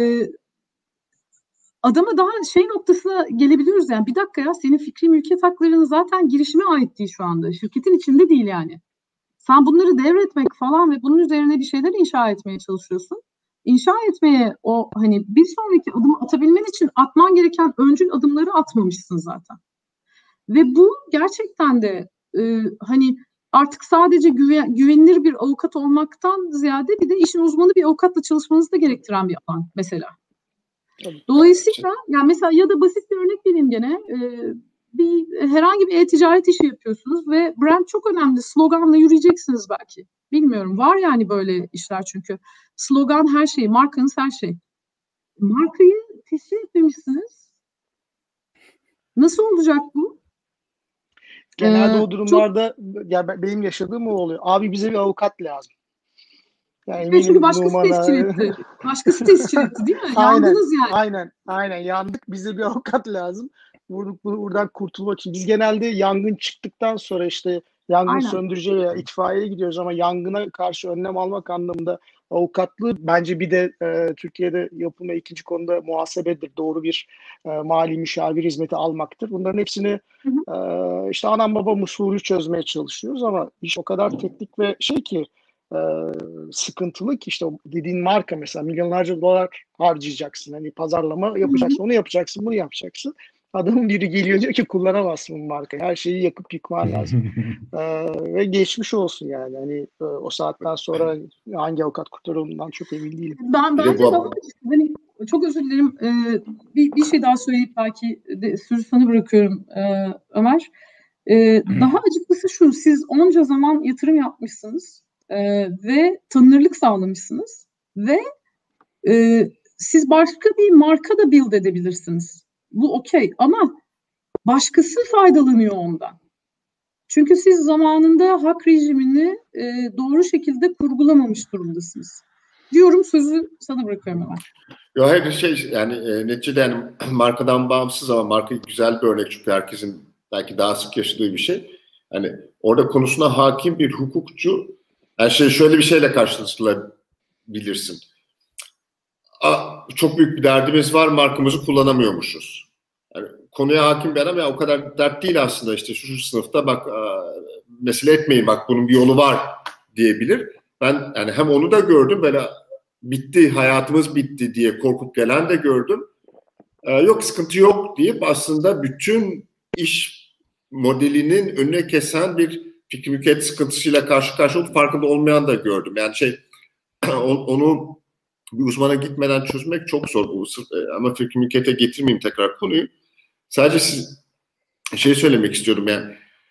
adama daha şey noktasına gelebiliyoruz yani, bir dakika ya, senin fikri mülkiyet haklarının zaten girişime ait değil şu anda. Şirketin içinde değil yani. Sen bunları devretmek falan ve bunun üzerine bir şeyler inşa etmeye çalışıyorsun. İnşa etmeye o hani bir sonraki adımı atabilmen için atman gereken öncül adımları atmamışsın zaten. Ve bu gerçekten de e, hani artık sadece güven, güvenilir bir avukat olmaktan ziyade bir de işin uzmanı bir avukatla çalışmanızı da gerektiren bir alan mesela. Dolayısıyla yani mesela ya da basit bir örnek vereyim gene. E, bir herhangi bir e-ticaret işi yapıyorsunuz ve brand çok önemli. Sloganla yürüyeceksiniz belki. Bilmiyorum. Var yani böyle işler çünkü. Slogan her şey, markanız her şey. Markayı tescil etmemişsiniz. Nasıl olacak bu? Genelde Ee, o durumlarda çok... ya benim yaşadığım o oluyor. Abi bize bir avukat lazım. Yani evet, çünkü başkası numara... tescil etti. Başkası tescil etti değil mi? Aynen, Yandınız yani. Aynen, aynen yandık. Bize bir avukat lazım. Vurduk bunu buradan kurtulmak için. Biz genelde yangın çıktıktan sonra işte yangın aynen. söndürücüye ya itfaiyeye gidiyoruz ama yangına karşı önlem almak anlamında avukatlığı bence bir de e, Türkiye'de yapılma ikinci konuda muhasebedir. Doğru bir e, mali müşavir hizmeti almaktır. Bunların hepsini hı hı. E, işte anam babam usulü çözmeye çalışıyoruz ama iş o kadar teknik ve şey ki e, sıkıntılı ki işte dediğin marka mesela milyonlarca dolar harcayacaksın. Hani pazarlama yapacaksın, hı hı. onu yapacaksın, bunu yapacaksın. Adamın biri geliyor diyor ki kullanamazsın bu markayı. Her şeyi yakıp yıkman lazım. ee, ve geçmiş olsun yani. Hani e, o saatten sonra hangi avukat kurtarılığından çok emin değilim. Ben bence daha hani, çok özür dilerim. Ee, bir, bir şey daha söyleyip belki de, sözü sana bırakıyorum e, Ömer. Ee, daha acıklısı şu. Siz onca zaman yatırım yapmışsınız e, ve tanınırlık sağlamışsınız ve e, siz başka bir marka da build edebilirsiniz. Bu okey ama başkası faydalanıyor ondan. Çünkü siz zamanında hak rejimini e, doğru şekilde kurgulamamış durumdasınız. Diyorum, sözü sana bırakıyorum hemen. Yok hayır şey yani e, neticede yani markadan bağımsız ama marka güzel bir örnek çünkü herkesin belki daha sık yaşadığı bir şey. Hani orada konusuna hakim bir hukukçu yani şey şöyle bir şeyle karşılaştırılabilirsin. Çok büyük bir derdimiz var, markamızı kullanamıyormuşuz. Yani konuya hakim bir adam ya o kadar dert değil aslında işte şu, şu sınıfta bak mesele etmeyin bak bunun bir yolu var diyebilir. Ben yani hem onu da gördüm böyle bitti hayatımız bitti diye korkup gelen de gördüm. Ee, yok sıkıntı yok deyip aslında bütün iş modelinin önüne kesen bir fikri mülkiyet sıkıntısıyla karşı karşıya olup farkında olmayan da gördüm. Yani şey onu bir uzmana gitmeden çözmek çok zor bu ama fikri mülkiyete getirmeyeyim tekrar konuyu. Sadece siz şey söylemek istiyorum yani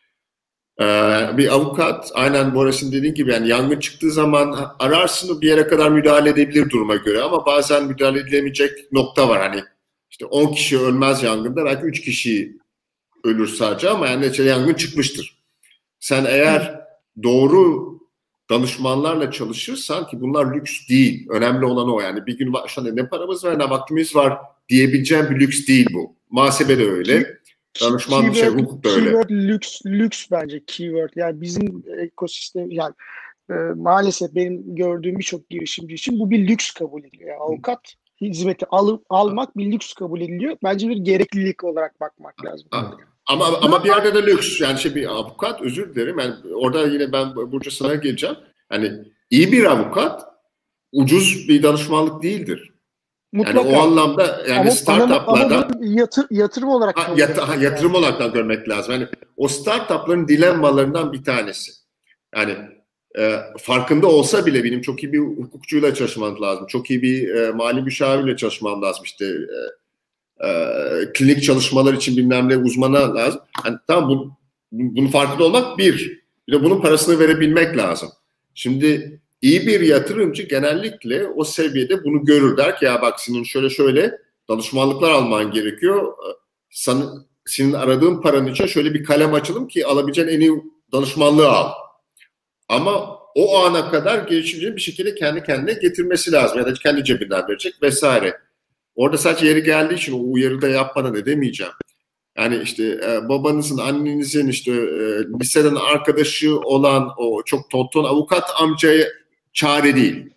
ee, bir avukat aynen Boris'in dediği gibi yani yangın çıktığı zaman ararsın bir yere kadar müdahale edebilir duruma göre ama bazen müdahale edilemeyecek nokta var hani işte on kişi ölmez yangında belki üç kişi ölür sadece ama yani neticede yangın çıkmıştır. Sen eğer doğru danışmanlarla çalışırsan ki bunlar lüks değil. Önemli olan o yani bir gün şu an ne paramız var ne vaktimiz var diyebileceğim bir lüks değil bu. Muhasebe de öyle. Danışman şey hukuk da öyle. Keyword lüks, lüks bence keyword. Yani bizim ekosistem yani e, maalesef benim gördüğüm birçok girişimci için bu bir lüks kabul ediliyor. Yani avukat hizmeti alıp almak bir lüks kabul ediliyor. Bence bir gereklilik olarak bakmak lazım. Ama ama bir yerde de lüks yani şey bir avukat özür dilerim yani orada yine ben Burcu sana geleceğim. Hani iyi bir avukat ucuz bir danışmanlık değildir. Mutlaka. Yani o anlamda yani ama, startuplarda ama yatır, yatırım olarak ha, yat, ha, yatırım yani. olarak da görmek lazım. Yani o startupların dilemmalarından bir tanesi. Yani e, farkında olsa bile benim çok iyi bir hukukçuyla çalışmam lazım. Çok iyi bir e, mali müşavirle çalışmam lazım. İşte e, e, klinik çalışmalar için bilmem ne uzmana lazım. Yani tamam bu, bunun farkında olmak bir. Bir de bunun parasını verebilmek lazım. Şimdi İyi bir yatırımcı genellikle o seviyede bunu görür. Der ki ya bak senin şöyle şöyle danışmanlıklar alman gerekiyor. Sana, senin aradığın paranın için şöyle bir kalem açalım ki alabileceğin en iyi danışmanlığı al. Ama o ana kadar girişimcinin bir şekilde kendi kendine getirmesi lazım. Ya da kendi cebinden verecek vesaire. Orada sadece yeri geldiği için o uyarı da yapmadan edemeyeceğim. Yani işte e, babanızın, annenizin işte e, liseden arkadaşı olan o çok tonton avukat amcaya çare değil.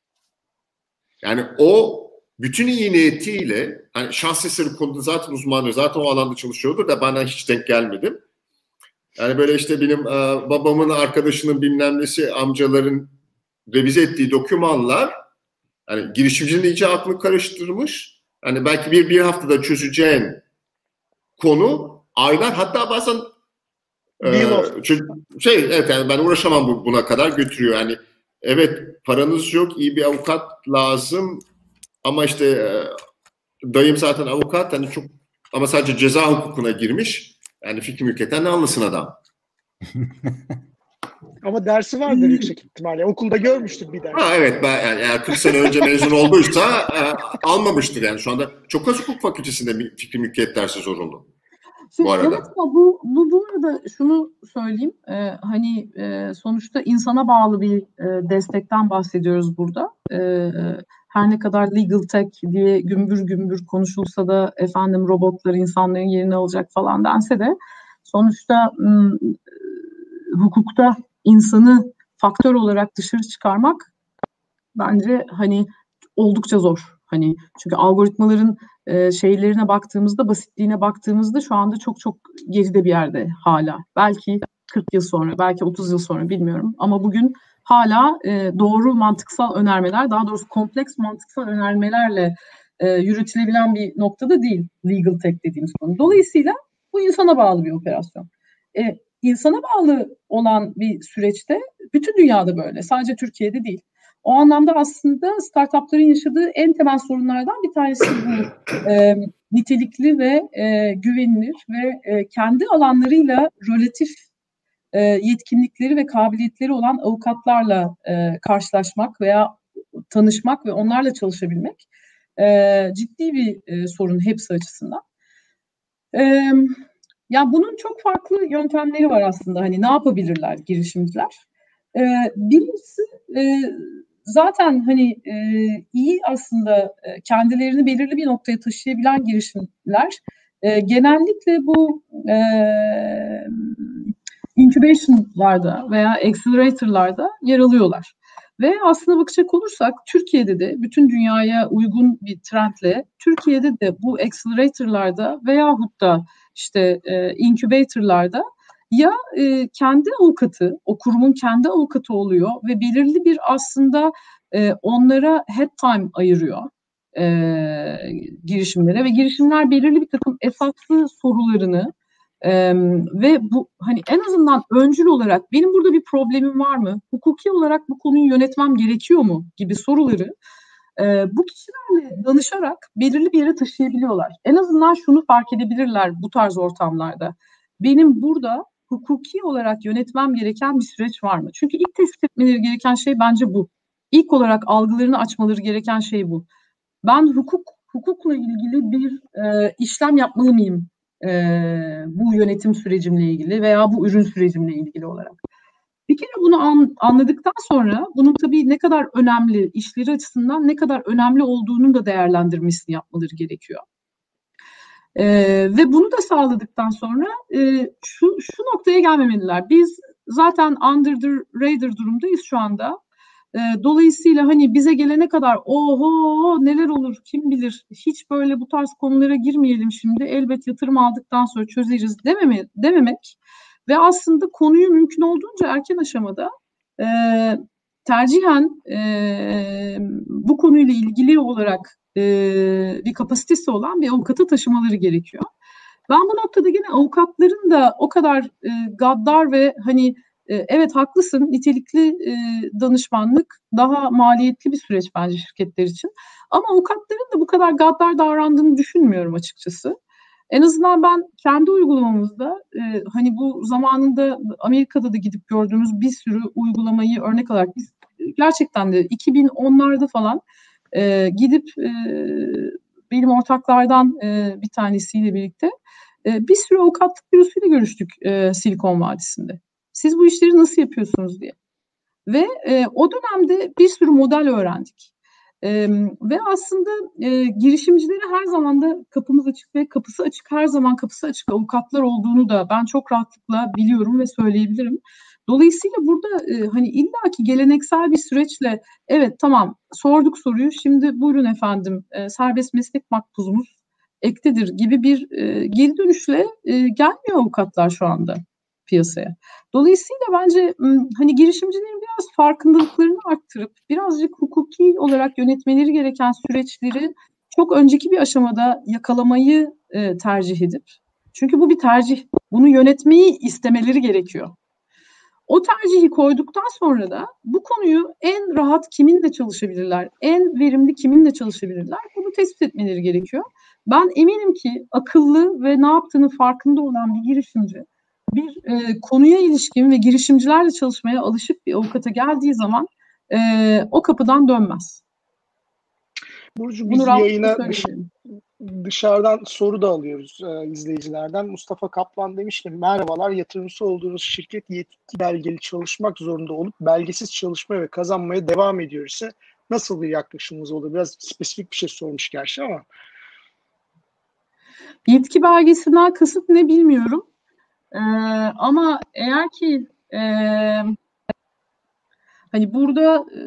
Yani o bütün iyi niyetiyle hani şahs eseri konuda zaten uzmanı, zaten o alanda çalışıyordur da bana hiç denk gelmedim. Yani böyle işte benim e, babamın arkadaşının bilmem nesi amcaların revize ettiği dokümanlar hani girişimcinin iyice aklını karıştırmış. Hani belki bir, bir haftada çözeceğin konu aylar hatta bazen e, şey evet yani ben uğraşamam buna kadar götürüyor. Yani evet paranız yok iyi bir avukat lazım ama işte e, dayım zaten avukat hani çok ama sadece ceza hukukuna girmiş. Yani fikri mülkiyetten ne anlasın adam? Ama dersi vardır yüksek ihtimalle. Okulda görmüştür bir ders. Ha, evet, ben, yani eğer kırk sene önce mezun olduysa e, almamıştır yani. Şu anda çok az hukuk fakültesinde fikri mülkiyet dersi zorunlu. Şimdi, Bu arada. evet, bu, bu, bu arada şunu söyleyeyim. E, hani e, sonuçta insana bağlı bir e, destekten bahsediyoruz burada. E, her ne kadar legal tech diye gümbür gümbür konuşulsa da efendim robotlar insanların yerini alacak falan dense de sonuçta m, hukukta insanı faktör olarak dışarı çıkarmak bence hani oldukça zor. Hani çünkü algoritmaların e, şeylerine baktığımızda, basitliğine baktığımızda şu anda çok çok geride bir yerde hala. Belki kırk yıl sonra, belki otuz yıl sonra bilmiyorum. Ama bugün hala e, doğru mantıksal önermeler, daha doğrusu kompleks mantıksal önermelerle e, yürütülebilen bir noktada değil legal tech dediğimiz konu. Dolayısıyla bu insana bağlı bir operasyon. E, insana bağlı olan bir süreçte bütün dünyada böyle, sadece Türkiye'de değil. O anlamda aslında startupların yaşadığı en temel sorunlardan bir tanesi bu e, nitelikli ve e, güvenilir ve e, kendi alanlarıyla relatif e, yetkinlikleri ve kabiliyetleri olan avukatlarla e, karşılaşmak veya tanışmak ve onlarla çalışabilmek e, ciddi bir e, sorun hepsi açısından. E, ya bunun çok farklı yöntemleri var aslında. Hani ne yapabilirler girişimciler? E, birincisi e, zaten hani e, iyi aslında e, kendilerini belirli bir noktaya taşıyabilen girişimler e, genellikle bu e, incubation'larda veya accelerator'larda yer alıyorlar. Ve aslına bakacak olursak Türkiye'de de bütün dünyaya uygun bir trendle Türkiye'de de bu accelerator'larda veyahut da işte e, incubator'larda ya e, kendi avukatı, o kurumun kendi avukatı oluyor ve belirli bir aslında e, onlara head time ayırıyor e, girişimlere ve girişimler belirli bir takım esaslı sorularını e, ve bu hani en azından öncül olarak benim burada bir problemim var mı? Hukuki olarak bu konuyu yönetmem gerekiyor mu? Gibi soruları e, bu kişilerle danışarak belirli bir yere taşıyabiliyorlar. En azından şunu fark edebilirler bu tarz ortamlarda. Benim burada hukuki olarak yönetmem gereken bir süreç var mı? Çünkü ilk tespit etmeleri gereken şey bence bu. İlk olarak algılarını açmaları gereken şey bu. Ben hukuk hukukla ilgili bir e, işlem yapmalı mıyım? E, bu yönetim sürecimle ilgili veya bu ürün sürecimle ilgili olarak. Bir kere bunu an, anladıktan sonra bunun tabii ne kadar önemli, işleri açısından ne kadar önemli olduğunun da değerlendirmesini yapmaları gerekiyor. Ee, ve bunu da sağladıktan sonra e, şu, şu noktaya gelmemeliler. Biz zaten under the radar durumdayız şu anda. E, dolayısıyla hani bize gelene kadar oho neler olur kim bilir, hiç böyle bu tarz konulara girmeyelim şimdi, elbet yatırım aldıktan sonra çözeriz dememe, dememek ve aslında konuyu mümkün olduğunca erken aşamada e, tercihen e, bu konuyla ilgili olarak e, bir kapasitesi olan bir avukata taşımaları gerekiyor. Ben bu noktada gene avukatların da o kadar e, gaddar ve hani e, evet haklısın, nitelikli e, danışmanlık daha maliyetli bir süreç bence şirketler için. Ama avukatların da bu kadar gaddar davrandığını düşünmüyorum açıkçası. En azından ben kendi uygulamamızda e, hani bu zamanında Amerika'da da gidip gördüğümüz bir sürü uygulamayı örnek alarak biz gerçekten de iki bin onlarda falan e, gidip e, benim ortaklardan e, bir tanesiyle birlikte e, bir sürü avukatlık bürosuyla görüştük e, Silikon Vadisi'nde. Siz bu işleri nasıl yapıyorsunuz diye. Ve e, o dönemde bir sürü model öğrendik. Ee, ve aslında e, girişimcilere her zaman da kapımız açık ve kapısı açık, her zaman kapısı açık avukatlar olduğunu da ben çok rahatlıkla biliyorum ve söyleyebilirim. Dolayısıyla burada e, hani illaki geleneksel bir süreçle evet tamam sorduk soruyu, şimdi buyurun efendim e, serbest meslek makbuzumuz ektedir gibi bir e, geri dönüşle e, gelmiyor avukatlar şu anda piyasaya. Dolayısıyla bence hani girişimcilerin biraz farkındalıklarını arttırıp birazcık hukuki olarak yönetmeleri gereken süreçleri çok önceki bir aşamada yakalamayı e, tercih edip, çünkü bu bir tercih, bunu yönetmeyi istemeleri gerekiyor. O tercihi koyduktan sonra da bu konuyu en rahat kiminle çalışabilirler, en verimli kiminle çalışabilirler, bunu tespit etmeleri gerekiyor. Ben eminim ki akıllı ve ne yaptığının farkında olan bir girişimci bir e, konuya ilişkin ve girişimcilerle çalışmaya alışık bir avukata geldiği zaman e, o kapıdan dönmez. Burcu, biz Bunu yayına dış, dışarıdan soru da alıyoruz e, izleyicilerden. Mustafa Kaplan demiş ki merhabalar, yatırımcısı olduğunuz şirket yetki belgeli çalışmak zorunda olup belgesiz çalışmaya ve kazanmaya devam ediyor ise nasıl bir yaklaşımınız olur? Biraz spesifik bir şey sormuş gerçi ama. Yetki belgesinden kasıt ne bilmiyorum. Ee, ama eğer ki e, hani burada e,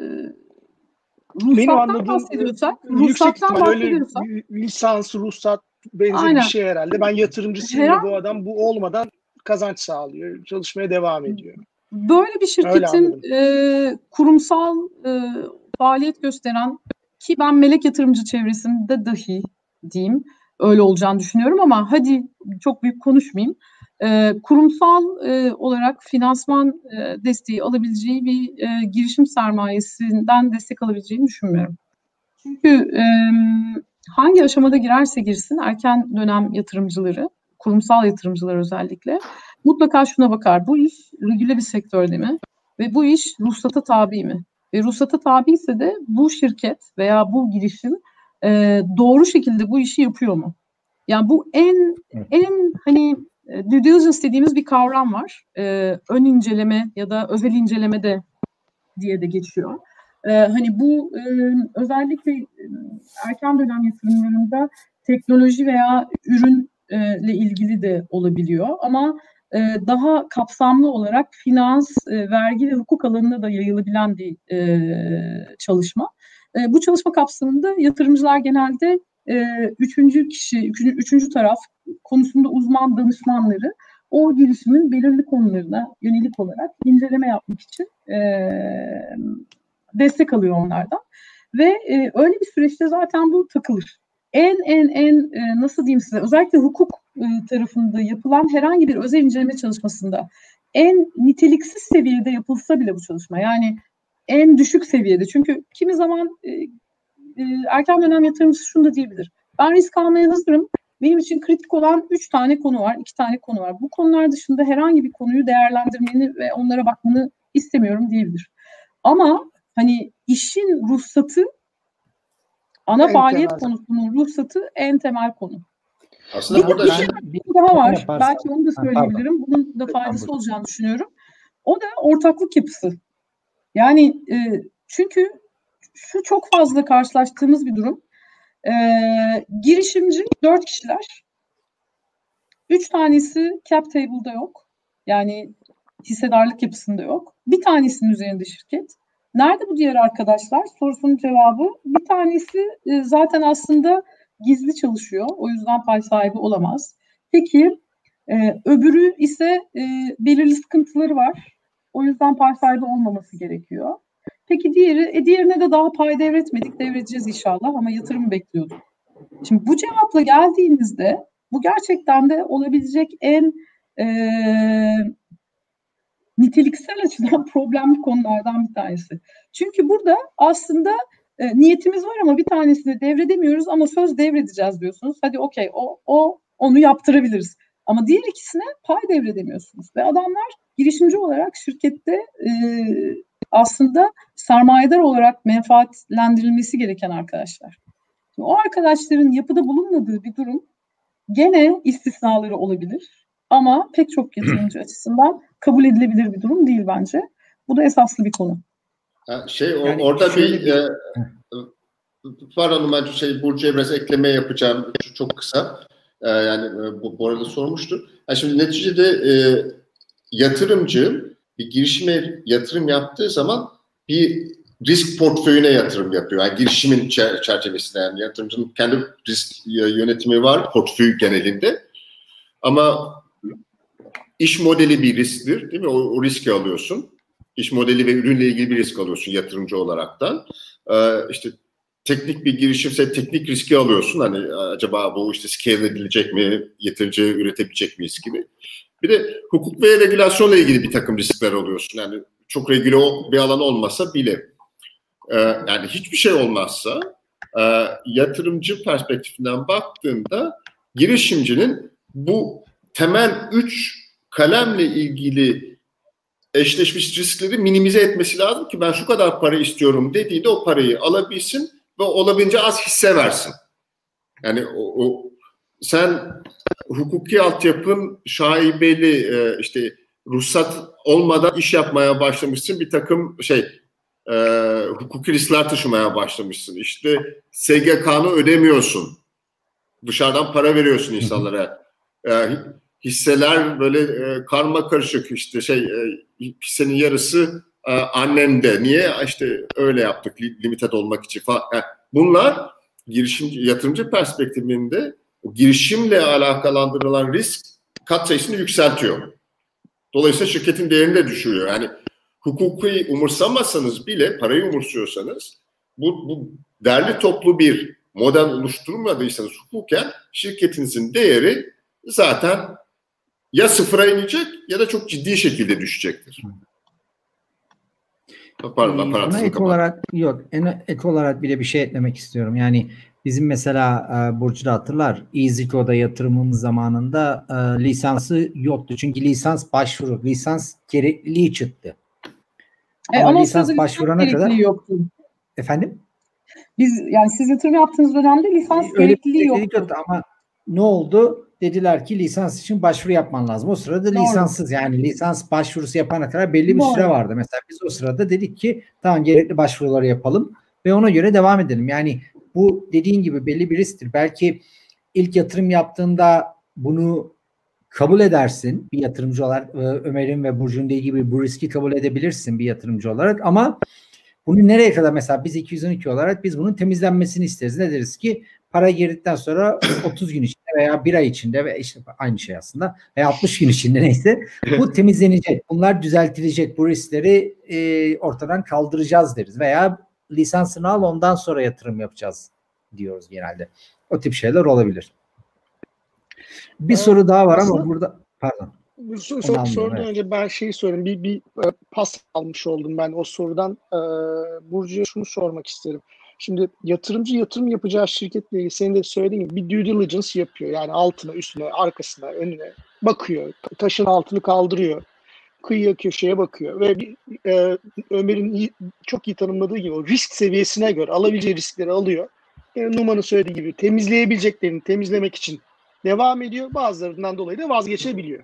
ruhsattan bahsediyorsak, ruhsattan bahsediyorsak lisans, ruhsat benzeri aynen. bir şey herhalde. Ben yatırımcısıyım ve bu adam bu olmadan kazanç sağlıyor. Çalışmaya devam ediyor. Böyle bir şirketin e, kurumsal e, faaliyet gösteren, ki ben melek yatırımcı çevresinde dahi diyeyim öyle olacağını düşünüyorum ama hadi çok büyük konuşmayayım. E, kurumsal e, olarak finansman e, desteği alabileceği bir e, girişim sermayesinden destek alabileceğini düşünmüyorum. Çünkü e, hangi aşamada girerse girsin erken dönem yatırımcıları, kurumsal yatırımcılar özellikle mutlaka şuna bakar: bu iş regüle bir sektörde mi ve bu iş ruhsata tabi mi? Ve ruhsata tabi ise de bu şirket veya bu girişim e, doğru şekilde bu işi yapıyor mu? Yani bu en en hani due diligence dediğimiz bir kavram var. Ee, ön inceleme ya da özel inceleme de diye de geçiyor. Ee, hani bu e, özellikle erken dönem yatırımlarında teknoloji veya ürünle ilgili de olabiliyor. Ama e, daha kapsamlı olarak finans, e, vergi ve hukuk alanına da yayılabilen bir e, çalışma. E, bu çalışma kapsamında yatırımcılar genelde e, üçüncü kişi, üçüncü, üçüncü taraf konusunda uzman danışmanları o girişimin belirli konularına yönelik olarak inceleme yapmak için e, destek alıyor onlardan. Ve e, öyle bir süreçte zaten bu takılır. En en en e, nasıl diyeyim size, özellikle hukuk e, tarafında yapılan herhangi bir özel inceleme çalışmasında en niteliksiz seviyede yapılsa bile bu çalışma, yani en düşük seviyede, çünkü kimi zaman e, e, erken dönem yatırımcısı şunu da diyebilir: ben risk almaya hazırım. Benim için kritik olan üç tane konu var, iki tane konu var. Bu konular dışında herhangi bir konuyu değerlendirmeni ve onlara bakmanı istemiyorum diyebilir. Ama hani işin ruhsatı, ana en faaliyet temel konusunun ruhsatı en temel konu. Aslında bir burada bir şey daha var. Yaparsam. Belki onu da söyleyebilirim. Bunun da faydası olacağını düşünüyorum. O da ortaklık yapısı. Yani e, çünkü şu çok fazla karşılaştığımız bir durum. E, girişimci dört kişiler. Üç tanesi cap table'da yok. Yani hissedarlık yapısında yok. Bir tanesinin üzerinde şirket. Nerede bu diğer arkadaşlar? Sorusunun cevabı: bir tanesi e, zaten aslında gizli çalışıyor. O yüzden pay sahibi olamaz. Peki e, öbürü ise e, belirli sıkıntıları var. O yüzden pay sahibi olmaması gerekiyor. Peki diğeri, e, diğerine de daha pay devretmedik. Devredeceğiz inşallah ama yatırım bekliyorduk. Şimdi bu cevapla geldiğinizde bu gerçekten de olabilecek en e, niteliksel açıdan problemli konulardan bir tanesi. Çünkü burada aslında e, niyetimiz var ama bir tanesini devredemiyoruz ama söz devredeceğiz diyorsunuz. Hadi okey, o, o onu yaptırabiliriz. Ama diğer ikisine pay devredemiyorsunuz. Ve adamlar girişimci olarak şirkette e, aslında sermayedar olarak menfaatlendirilmesi gereken arkadaşlar. Şimdi o arkadaşların yapıda bulunmadığı bir durum gene istisnaları olabilir. Ama pek çok yatırımcı açısından kabul edilebilir bir durum değil bence. Bu da esaslı bir konu. Ha, şey yani orada bir, bir... E, pardon ben şey Burcu'ya biraz ekleme yapacağım çok kısa. E, yani bu, bu arada sormuştu. Yani şimdi neticede e, yatırımcı bir girişime yatırım yaptığı zaman bir risk portföyüne yatırım yapıyor. Yani girişimin çerçevesinde, yani yatırımcının kendi risk yönetimi var portföy genelinde. Ama iş modeli bir risktir, değil mi? O, o riski alıyorsun. İş modeli ve ürünle ilgili bir risk alıyorsun yatırımcı olaraktan. Ee, işte teknik bir girişimse teknik riski alıyorsun. Hani acaba bu işte scale edilecek mi, yeterince üretebilecek miyiz gibi. Bir de hukuk ve regülasyonla ilgili bir takım riskler alıyorsun. Yani çok regüle bir alan olmasa bile. Ee, yani hiçbir şey olmazsa e, yatırımcı perspektifinden baktığında girişimcinin bu temel üç kalemle ilgili eşleşmiş riskleri minimize etmesi lazım ki ben şu kadar para istiyorum dediğinde o parayı alabilsin ve olabildiğince az hisse versin. Yani o, o sen hukuki altyapın şaibeli, e, işte ruhsat olmadan iş yapmaya başlamışsın, bir takım şey e, hukuki riskler taşımaya başlamışsın. İşte S G K'nı ödemiyorsun, dışarıdan para veriyorsun insanlara. E, hisseler böyle e, karma karışık, işte şey e, hissenin yarısı e, annende. Niye? İşte öyle yaptık limited olmak için falan. Yani bunlar girişimci, yatırımcı perspektifinde girişimle alakalandırılan risk katsayısını yükseltiyor. Dolayısıyla şirketin değerini de düşürüyor. Yani hukuki umursamazsanız bile, parayı umursuyorsanız, bu, bu derli toplu bir model oluşturmadıysanız hukuken şirketinizin değeri zaten ya sıfıra inecek ya da çok ciddi şekilde düşecektir. Pardon, Buna ek olarak yok, ek olarak bile bir şey eklemek istiyorum. Yani bizim mesela e, Burcu da hatırlar, EasyCo'da yatırımımız zamanında e, lisansı yoktu. Çünkü lisans başvuru, lisans gerekliliği çıktı. E, ama, ama lisans başvurana kadar yoktu. Efendim? Biz yani siz yatırım yaptığınız dönemde lisans Öyle gerekliliği yoktu. yoktu. Ama ne oldu? Dediler ki lisans için başvuru yapman lazım. O sırada Doğru. lisanssız, yani lisans başvurusu yapana kadar belli bir Doğru. süre vardı. Mesela biz o sırada dedik ki tamam, gerekli başvuruları yapalım ve ona göre devam edelim. Yani bu dediğin gibi belli bir risktir. Belki ilk yatırım yaptığında bunu kabul edersin bir yatırımcı olarak. Ömer'in ve Burcu'nun dediği gibi bu riski kabul edebilirsin bir yatırımcı olarak, ama bunu nereye kadar, mesela biz iki yüz on iki olarak biz bunun temizlenmesini isteriz. Ne deriz ki para girdikten sonra otuz gün içinde veya bir ay içinde ve işte aynı şey aslında veya altmış gün içinde neyse bu temizlenecek. Bunlar düzeltilecek. Bu riskleri e, ortadan kaldıracağız deriz. Veya lisansını al, ondan sonra yatırım yapacağız diyoruz genelde. O tip şeyler olabilir. Bir ee, soru daha var ama burada pardon. Bu sor, sor, sorudan evet. önce ben şeyi sorayım. Bir, bir pas almış oldum ben o sorudan. Ee, Burcu'ya şunu sormak isterim. Şimdi yatırımcı yatırım yapacağı şirketle ilgili senin de söylediğin gibi bir due diligence yapıyor. Yani altına, üstüne, arkasına, önüne bakıyor. Taşın altını kaldırıyor. Kıyıya, köşeye bakıyor. Ve bir, e, Ömer'in iyi, çok iyi tanımladığı gibi o risk seviyesine göre alabileceği riskleri alıyor. Yani Numan'ın söylediği gibi temizleyebileceklerini temizlemek için devam ediyor. Bazılarından dolayı da vazgeçebiliyor.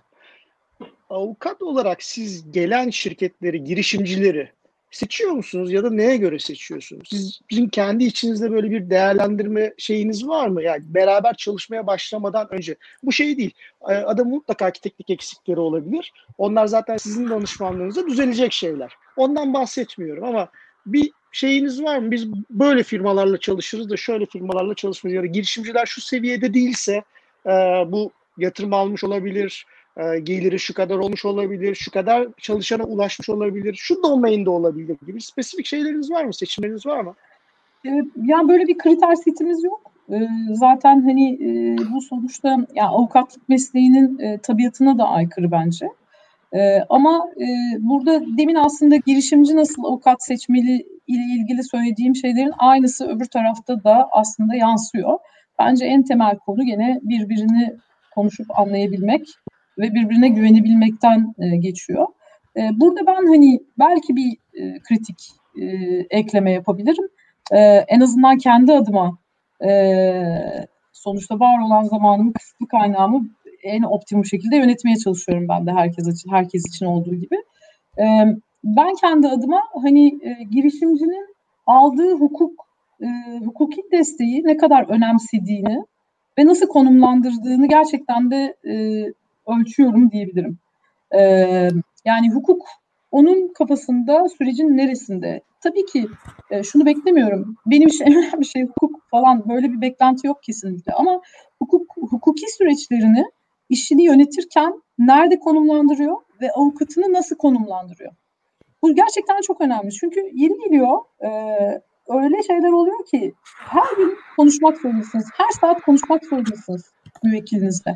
Avukat olarak siz gelen şirketleri, girişimcileri seçiyor musunuz ya da neye göre seçiyorsunuz? Siz, bizim kendi içinizde böyle bir değerlendirme şeyiniz var mı? Yani beraber çalışmaya başlamadan önce. Bu şey değil. Adam mutlaka ki teknik eksikleri olabilir. Onlar zaten sizin danışmanlığınızda düzelecek şeyler. Ondan bahsetmiyorum ama bir şeyiniz var mı? Biz böyle firmalarla çalışırız da şöyle firmalarla çalışmayız. Ya da girişimciler şu seviyede değilse bu yatırım almış olabilir, E, geliri şu kadar olmuş olabilir, şu kadar çalışana ulaşmış olabilir, şu domainde olabilir gibi spesifik şeyleriniz var mı? Seçimleriniz var mı? Evet, yani böyle bir kriter setimiz yok. E, zaten hani e, bu sonuçta yani avukatlık mesleğinin e, tabiatına da aykırı bence. E, ama e, burada demin aslında girişimci nasıl avukat seçmeli ile ilgili söylediğim şeylerin aynısı öbür tarafta da aslında yansıyor. Bence en temel konu gene birbirini konuşup anlayabilmek ve birbirine güvenebilmekten e, geçiyor. E, burada ben hani belki bir e, kritik e, ekleme yapabilirim. E, en azından kendi adıma e, sonuçta var olan zamanımı, kısıtlı kaynağımı en optimum şekilde yönetmeye çalışıyorum ben de herkes için, herkes için olduğu gibi. E, ben kendi adıma hani e, girişimcinin aldığı hukuk, e, hukuki desteği ne kadar önemsediğini ve nasıl konumlandırdığını gerçekten de e, ölçüyorum diyebilirim. Ee, yani hukuk onun kafasında sürecin neresinde? Tabii ki e, şunu beklemiyorum. Benim için en önemli şey hukuk falan, böyle bir beklenti yok kesinlikle. Ama hukuk hukuki süreçlerini, işini yönetirken nerede konumlandırıyor ve avukatını nasıl konumlandırıyor? Bu gerçekten çok önemli. Çünkü yeni geliyor, e, öyle şeyler oluyor ki her gün konuşmak zorundasınız. Her saat konuşmak zorundasınız müvekkilinizle.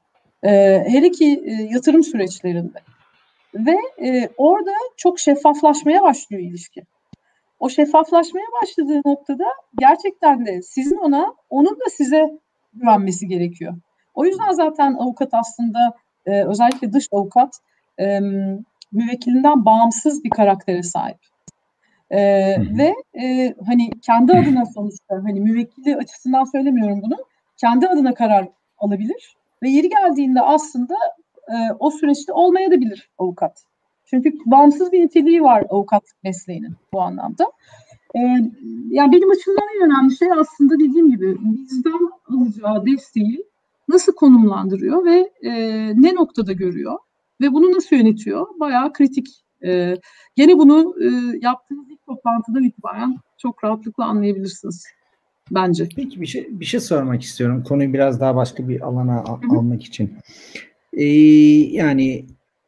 Ee, hele ki e, yatırım süreçlerinde ve e, orada çok şeffaflaşmaya başlıyor ilişki. O şeffaflaşmaya başladığı noktada gerçekten de sizin ona, onun da size güvenmesi gerekiyor. O yüzden zaten avukat aslında e, özellikle dış avukat e, müvekkilinden bağımsız bir karaktere sahip. E, ve e, hani kendi adına sonuçta hani müvekkili açısından söylemiyorum bunu. Kendi adına karar alabilir ve yeri geldiğinde aslında e, o süreçte olmayabilir avukat. Çünkü bağımsız bir niteliği var avukat mesleğinin bu anlamda. Ee, yani benim açımdan en önemli şey aslında dediğim gibi bizden alacağı desteği nasıl konumlandırıyor ve e, ne noktada görüyor ve bunu nasıl yönetiyor? Bayağı kritik. Ee, gene bunu e, yaptığınız ilk toplantıdan itibaren çok rahatlıkla anlayabilirsiniz bence. Peki bir şey bir şey sormak istiyorum. Konuyu biraz daha başka bir alana al- almak için. Ee, yani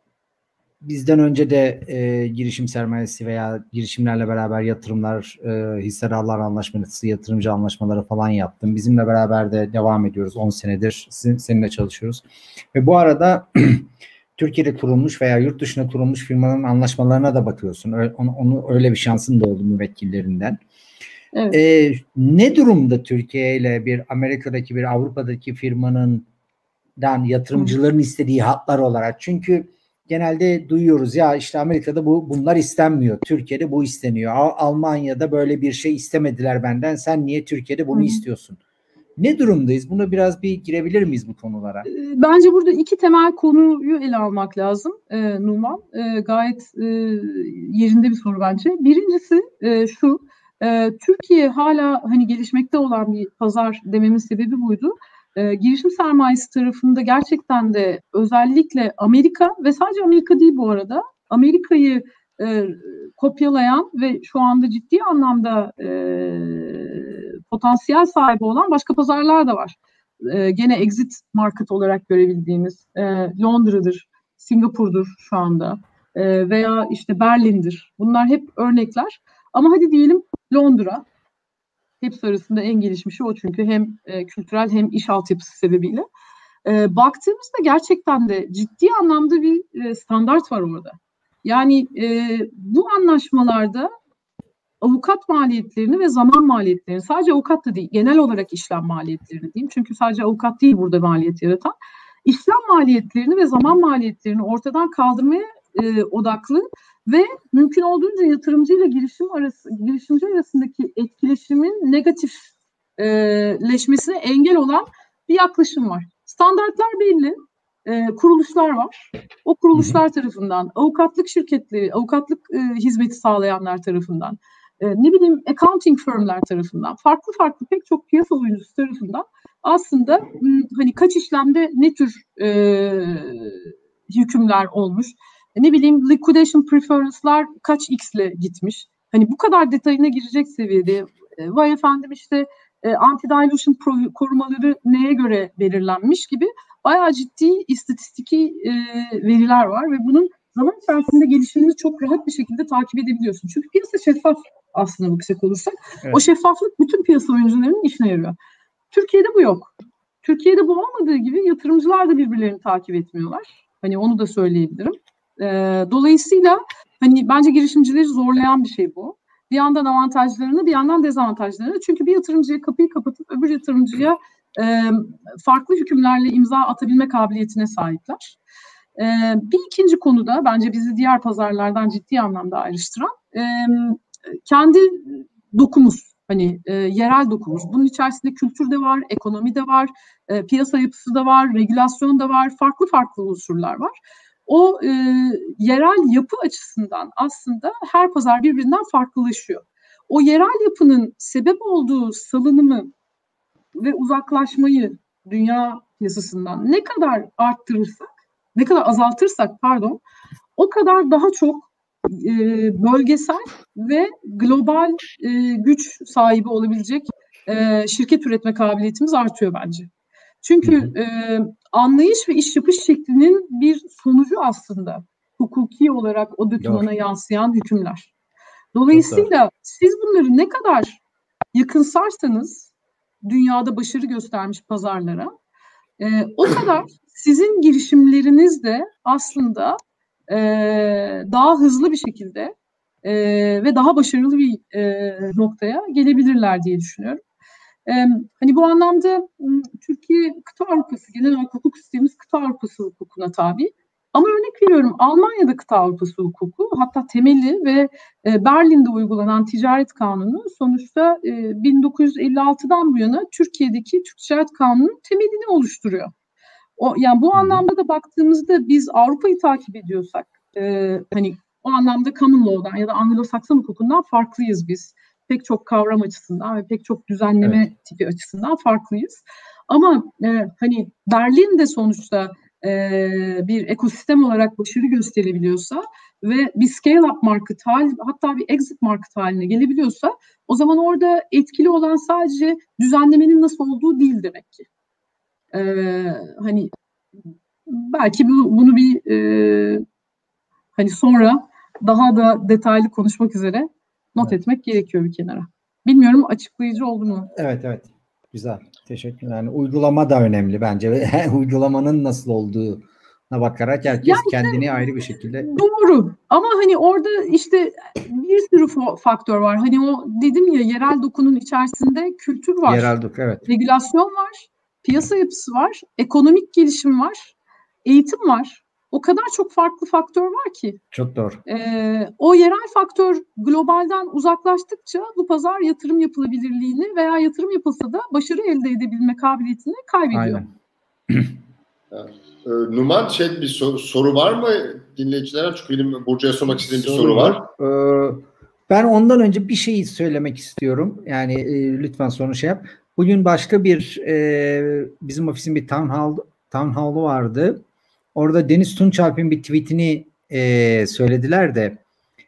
bizden önce de e, girişim sermayesi veya girişimlerle beraber yatırımlar, e, hissedarlar anlaşması, yatırımcı anlaşmaları falan yaptım. Bizimle beraber de devam ediyoruz. on senedir sizin, seninle çalışıyoruz. Ve bu arada Türkiye'de kurulmuş veya yurt dışına kurulmuş firmanın anlaşmalarına da bakıyorsun. Öyle, onu, onu öyle bir şansın da oldu müvekkillerinden. Evet. E, ne durumda Türkiye ile bir Amerika'daki bir Avrupa'daki firmanın dan yatırımcıların Hı. istediği hatlar olarak? Çünkü genelde duyuyoruz ya işte Amerika'da bu bunlar istenmiyor. Türkiye'de bu isteniyor. Almanya'da böyle bir şey istemediler benden. Sen niye Türkiye'de bunu Hı. istiyorsun? Ne durumdayız? Buna biraz bir girebilir miyiz bu konulara? Bence burada iki temel konuyu ele almak lazım e, Numan. E, gayet e, yerinde bir soru bence. Birincisi e, şu. E, Türkiye hala hani gelişmekte olan bir pazar dememin sebebi buydu. E, girişim sermayesi tarafında gerçekten de özellikle Amerika ve sadece Amerika değil bu arada, Amerika'yı e, kopyalayan ve şu anda ciddi anlamda e, potansiyel sahibi olan başka pazarlar da var. E, gene exit market olarak görebildiğimiz e, Londra'dır, Singapur'dur şu anda e, veya işte Berlin'dir. Bunlar hep örnekler. Ama hadi diyelim Londra. Hepsi arasında en gelişmişi o çünkü hem e, kültürel hem iş altyapısı sebebiyle. E, baktığımızda gerçekten de ciddi anlamda bir e, standart var orada. Yani e, bu anlaşmalarda avukat maliyetlerini ve zaman maliyetlerini, sadece avukat da değil, genel olarak işlem maliyetlerini diyeyim. Çünkü sadece avukat değil burada maliyet yaratan. İşlem maliyetlerini ve zaman maliyetlerini ortadan kaldırmaya e, odaklı ve mümkün olduğunca yatırımcı ile girişim arası, girişimci arasındaki etkileşimin negatifleşmesine engel olan bir yaklaşım var. Standartlar belli, e, kuruluşlar var. O kuruluşlar tarafından, avukatlık şirketleri, avukatlık e, hizmeti sağlayanlar tarafından, e, ne bileyim accounting firmler tarafından, farklı farklı pek çok piyasa oyuncusu tarafından aslında m, hani kaç işlemde ne tür e, hükümler olmuş, ne bileyim liquidation preference'lar kaç x'le gitmiş. Hani bu kadar detayına girecek seviyede. E, vay efendim işte e, anti-dilution korumaları neye göre belirlenmiş gibi bayağı ciddi istatistiki e, veriler var ve bunun zaman içerisinde gelişimini çok rahat bir şekilde takip edebiliyorsun. Çünkü piyasa şeffaf aslında bakacak olursak. Evet. O şeffaflık bütün piyasa oyuncularının işine yarıyor. Türkiye'de bu yok. Türkiye'de bu olmadığı gibi yatırımcılar da birbirlerini takip etmiyorlar. Hani onu da söyleyebilirim. E, dolayısıyla hani bence girişimcileri zorlayan bir şey bu. Bir yandan avantajlarını, bir yandan dezavantajlarını. Çünkü bir yatırımcıya kapıyı kapatıp öbür yatırımcıya e, farklı hükümlerle imza atabilme kabiliyetine sahipler. E, bir ikinci konuda bence bizi diğer pazarlardan ciddi anlamda ayrıştıran e, kendi dokumuz. Hani e, yerel dokumuz. Bunun içerisinde kültür de var, ekonomi de var, e, piyasa yapısı da var, regülasyon da var, farklı farklı unsurlar var. O e, yerel yapı açısından aslında her pazar birbirinden farklılaşıyor. O yerel yapının sebep olduğu salınımı ve uzaklaşmayı dünya piyasasından ne kadar arttırırsak, ne kadar azaltırsak pardon, o kadar daha çok e, bölgesel ve global e, güç sahibi olabilecek e, şirket üretme kabiliyetimiz artıyor bence. Çünkü e, anlayış ve iş yapış şeklinin bir sonucu aslında hukuki olarak o dokümana yansıyan hükümler. Dolayısıyla siz bunları ne kadar yakınsarsanız dünyada başarı göstermiş pazarlara e, o kadar sizin girişimleriniz de aslında e, daha hızlı bir şekilde e, ve daha başarılı bir e, noktaya gelebilirler diye düşünüyorum. E, hani bu anlamda Türkiye kıta Avrupası, genel olarak hukuk sistemimiz kıta Avrupası hukukuna tabi. Ama örnek veriyorum, Almanya'da kıta Avrupası hukuku, hatta temeli ve e, Berlin'de uygulanan ticaret kanunu sonuçta e, bin dokuz yüz elli altıdan bu yana Türkiye'deki Türk Ticaret Kanunu'nun temelini oluşturuyor. O, yani bu anlamda da baktığımızda biz Avrupa'yı takip ediyorsak, e, hani o anlamda common law'dan ya da Anglo-Sakson hukukundan farklıyız biz. Pek çok kavram açısından ve pek çok düzenleme evet. tipi açısından farklıyız. Ama e, hani Berlin de sonuçta e, bir ekosistem olarak başarı gösterebiliyorsa ve bir scale-up market hal, hatta bir exit market haline gelebiliyorsa, o zaman orada etkili olan sadece düzenlemenin nasıl olduğu değil demek ki. E, hani belki bu, bunu bir e, hani sonra daha da detaylı konuşmak üzere not evet. etmek gerekiyor bir kenara. Bilmiyorum, açıklayıcı oldu mu? Evet evet. Güzel. Teşekkürler. Yani uygulama da önemli bence. Uygulamanın nasıl olduğuna bakarak herkes yani işte, kendini ayrı bir şekilde. Doğru. Ama hani orada işte bir sürü faktör var. Hani o dedim ya, yerel dokunun içerisinde kültür var. Yerel doku, evet. Regülasyon var. Piyasa yapısı var. Ekonomik gelişim var. Eğitim var. O kadar çok farklı faktör var ki. Çok doğru. Ee, o yerel faktör globalden uzaklaştıkça bu pazar yatırım yapılabilirliğini veya yatırım yapılsa da başarı elde edebilme kabiliyetini kaybediyor. Aynen. Evet. Ee, Numan, şey, bir soru, soru var mı dinleyicilere? Çünkü benim Burcu'ya sormak istediğim bir soru, soru var. var. Ee, ben ondan önce bir şey söylemek istiyorum. Yani e, lütfen sonra şey yap. Bugün başka bir e, bizim ofisin bir town hall, town hall'u vardı. Orada Deniz Tunçalp'in bir tweetini e, söylediler de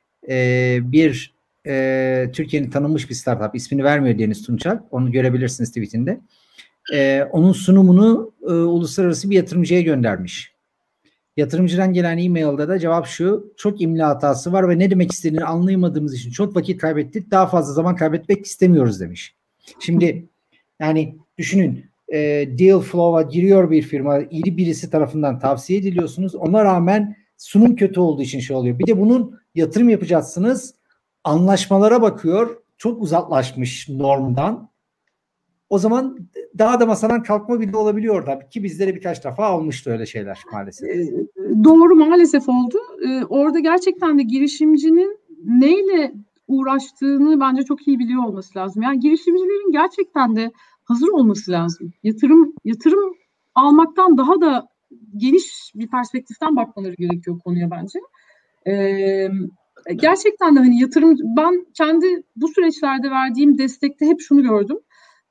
e, bir e, Türkiye'nin tanınmış bir startup, ismini vermiyor Deniz Tunçalp, onu görebilirsiniz tweetinde. E, onun sunumunu e, uluslararası bir yatırımcıya göndermiş. Yatırımcıdan gelen e-mailde de cevap şu: çok imla hatası var ve ne demek istediğini anlayamadığımız için çok vakit kaybettik, daha fazla zaman kaybetmek istemiyoruz demiş. Şimdi yani düşünün, e, deal flow'a giriyor bir firma, iyi birisi tarafından tavsiye ediliyorsunuz, ona rağmen sunum kötü olduğu için şey oluyor. Bir de bunun yatırım yapacaksınız, anlaşmalara bakıyor, çok uzaklaşmış normdan. O zaman daha da masadan kalkma bile olabiliyor tabii ki, bizlere birkaç defa olmuştu öyle şeyler maalesef. Doğru, maalesef oldu. Orada gerçekten de girişimcinin neyle uğraştığını bence çok iyi biliyor olması lazım. Yani girişimcilerin gerçekten de hazır olması lazım. Yatırım yatırım almaktan daha da geniş bir perspektiften bakmaları gerekiyor konuya bence. Ee, gerçekten de hani yatırım, ben kendi bu süreçlerde verdiğim destekte hep şunu gördüm.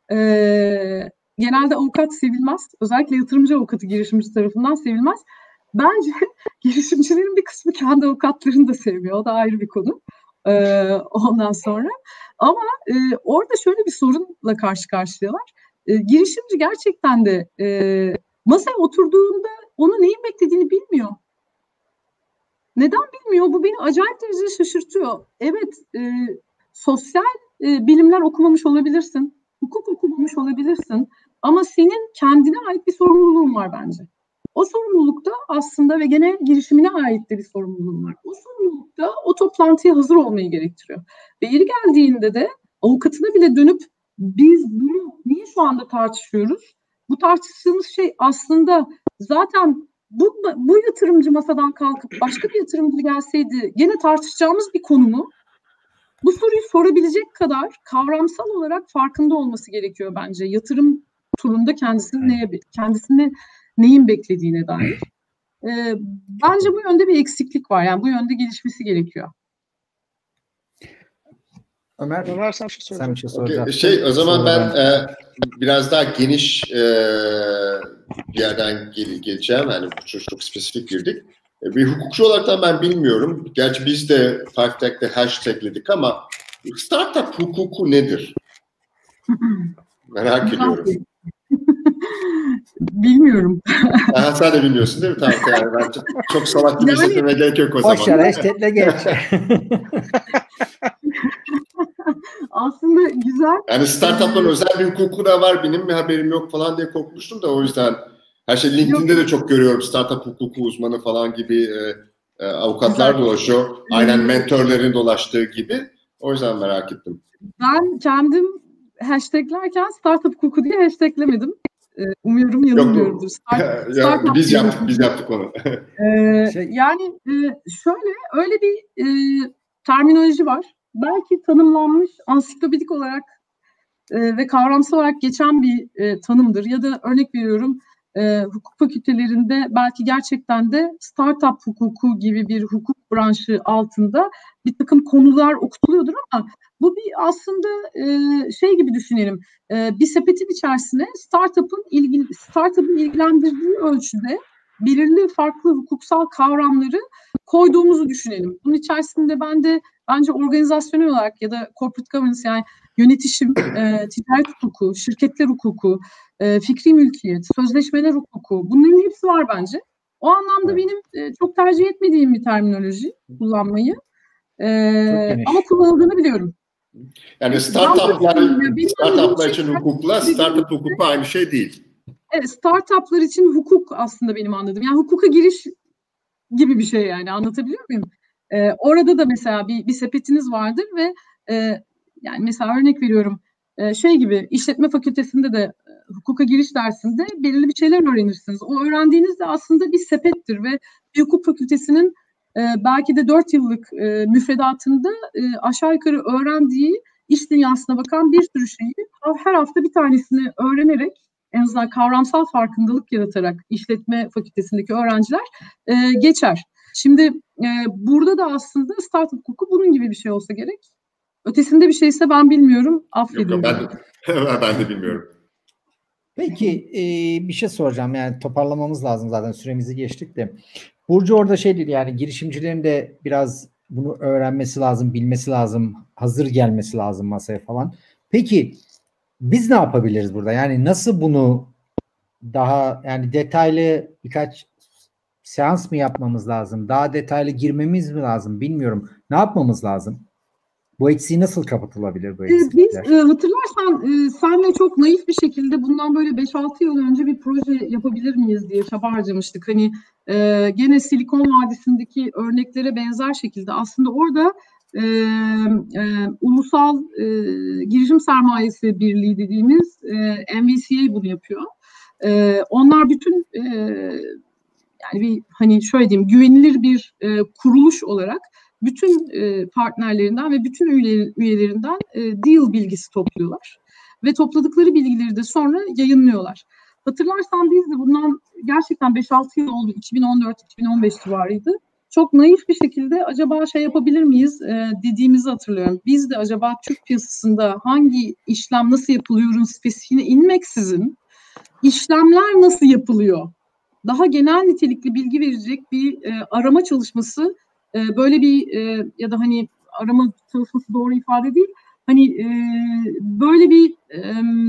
Ee, genelde avukat sevilmez. Özellikle yatırımcı avukatı girişimci tarafından sevilmez. Bence girişimcilerin bir kısmı kendi avukatlarını da sevmiyor. O da ayrı bir konu. Ee, ondan sonra. Ama e, orada şöyle bir sorunla karşı karşıyalar. E, girişimci gerçekten de e, masaya oturduğunda onu neyin beklediğini bilmiyor. Neden bilmiyor? Bu beni acayip derecede şaşırtıyor. Evet, e, sosyal e, bilimler okumamış olabilirsin. Hukuk okumamış olabilirsin. Ama senin kendine ait bir sorumluluğun var bence. O sorumlulukta aslında ve gene girişimine ait de bir sorumluluğun var. O sorumlulukta o toplantıya hazır olmayı gerektiriyor. Ve yeri geldiğinde de avukatına bile dönüp biz bunu niye şu anda tartışıyoruz? Bu tartıştığımız şey aslında zaten bu, bu yatırımcı masadan kalkıp başka bir yatırımcı gelseydi gene tartışacağımız bir konu mu? Bu soruyu sorabilecek kadar kavramsal olarak farkında olması gerekiyor bence. Yatırım turunda kendisini neye, kendisini neyin beklediğine dair. Ee, bence bu yönde bir eksiklik var. Yani bu yönde gelişmesi gerekiyor. Ömer, Ömer sen bir şey sen bir şey soracaksın. Okay, şey, o zaman ben e, biraz daha geniş e, bir yerden gel- geleceğim. Yani çok, çok spesifik girdik. E, bir hukukçu olarak ben bilmiyorum. Gerçi biz de Five Tech'te hashtagledik ama startup hukuku nedir? Merak ediyorum. Bilmiyorum. Aha, sen de bilmiyorsun değil mi? Tamam, yani ben çok, çok salak gibi hissetmeme yani, gerek yok o zaman. Boş yer, hashtag'le geç. Aslında güzel. Yani startupların özel bir hukuku da var, benim bir haberim yok falan diye korkmuştum da o yüzden her şey LinkedIn'de yok. De çok görüyorum startup hukuku uzmanı falan gibi e, E, avukatlar Güzel. dolaşıyor. Aynen mentörlerin dolaştığı gibi. O yüzden merak ettim. Ben kendim hashtaglerken startup hukuku diye hashtaglemedim. Ee, umuyorum yanılmıyorumdur. Start, ya, biz yaptık, biz yaptık onu. ee, şey, yani e, şöyle, öyle bir e, terminoloji var. Belki tanımlanmış ansiklopedik olarak e, ve kavramsal olarak geçen bir e, tanımdır. Ya da örnek veriyorum, e, hukuk fakültelerinde belki gerçekten de startup hukuku gibi bir hukuk branşı altında bir takım konular okutuluyordur ama bu bir aslında e, şey gibi düşünelim. E, bir sepetin içerisine startup'ın ilgili startup'ın ilgilendirdiği ölçüde belirli farklı hukuksal kavramları koyduğumuzu düşünelim. Bunun içerisinde ben de bence organizasyonel olarak ya da corporate governance, yani yönetişim, e, ticaret hukuku, şirketler hukuku, e, fikri mülkiyet, sözleşmeler hukuku, bunların hepsi var bence. O anlamda evet. benim e, çok tercih etmediğim bir terminoloji kullanmayı. E, ama kullanıldığını biliyorum. Yani startuplar, startuplar için hukukla startup hukuku aynı şey değil. Evet, startuplar için hukuk aslında benim anladığım. Yani hukuka giriş gibi bir şey, yani anlatabiliyor muyum? E, orada da mesela bir, bir sepetiniz vardır ve e, yani mesela örnek veriyorum, e, şey gibi işletme fakültesinde de e, hukuka giriş dersinde belirli bir şeyler öğrenirsiniz. O öğrendiğiniz de aslında bir sepettir ve bir hukuk fakültesinin e, belki de dört yıllık e, müfredatında e, aşağı yukarı öğrendiği iş dünyasına bakan bir sürü şeyi her hafta bir tanesini öğrenerek, en azından kavramsal farkındalık yaratarak işletme fakültesindeki öğrenciler e, geçer. Şimdi e, burada da aslında startup hukuku bunun gibi bir şey olsa gerek. Ötesinde bir şeyse ben bilmiyorum, affediyorum. Yok, ben, de, ben de bilmiyorum. Peki e, bir şey soracağım, yani toparlamamız lazım, zaten süremizi geçtik de. Burcu orada şey dedi, yani girişimcilerin de biraz bunu öğrenmesi lazım, bilmesi lazım, hazır gelmesi lazım masaya falan. Peki biz ne yapabiliriz burada? Yani nasıl bunu daha yani detaylı birkaç seans mı yapmamız lazım? Daha detaylı girmemiz mi lazım? Bilmiyorum. Ne yapmamız lazım? Bu eksiği nasıl kapatılabilir bu eksikler? Biz e, hatırlarsan e, senle çok naif bir şekilde bundan böyle beş altı yıl önce bir proje yapabilir miyiz diye çaba harcamıştık. Hani e, gene Silikon Vadisi'ndeki örneklere benzer şekilde aslında orada e, e, Ulusal e, Girişim Sermayesi Birliği dediğimiz e, M V C A bunu yapıyor. E, onlar bütün e, yani bir hani şöyle diyeyim, güvenilir bir e, kuruluş olarak bütün e, partnerlerinden ve bütün üyeler, üyelerinden e, deal bilgisi topluyorlar. Ve topladıkları bilgileri de sonra yayınlıyorlar. Hatırlarsan biz de bundan gerçekten beş altı yıl oldu. iki bin on dört iki bin on beş civarıydı. Çok naif bir şekilde acaba şey yapabilir miyiz e, dediğimizi hatırlıyorum. Biz de acaba Türk piyasasında hangi işlem nasıl yapılıyorun spesifiğine inmeksizin işlemler nasıl yapılıyor? Daha genel nitelikli bilgi verecek bir e, arama çalışması, e, böyle bir e, ya da hani arama çalışması doğru ifade değil, hani e, böyle bir e,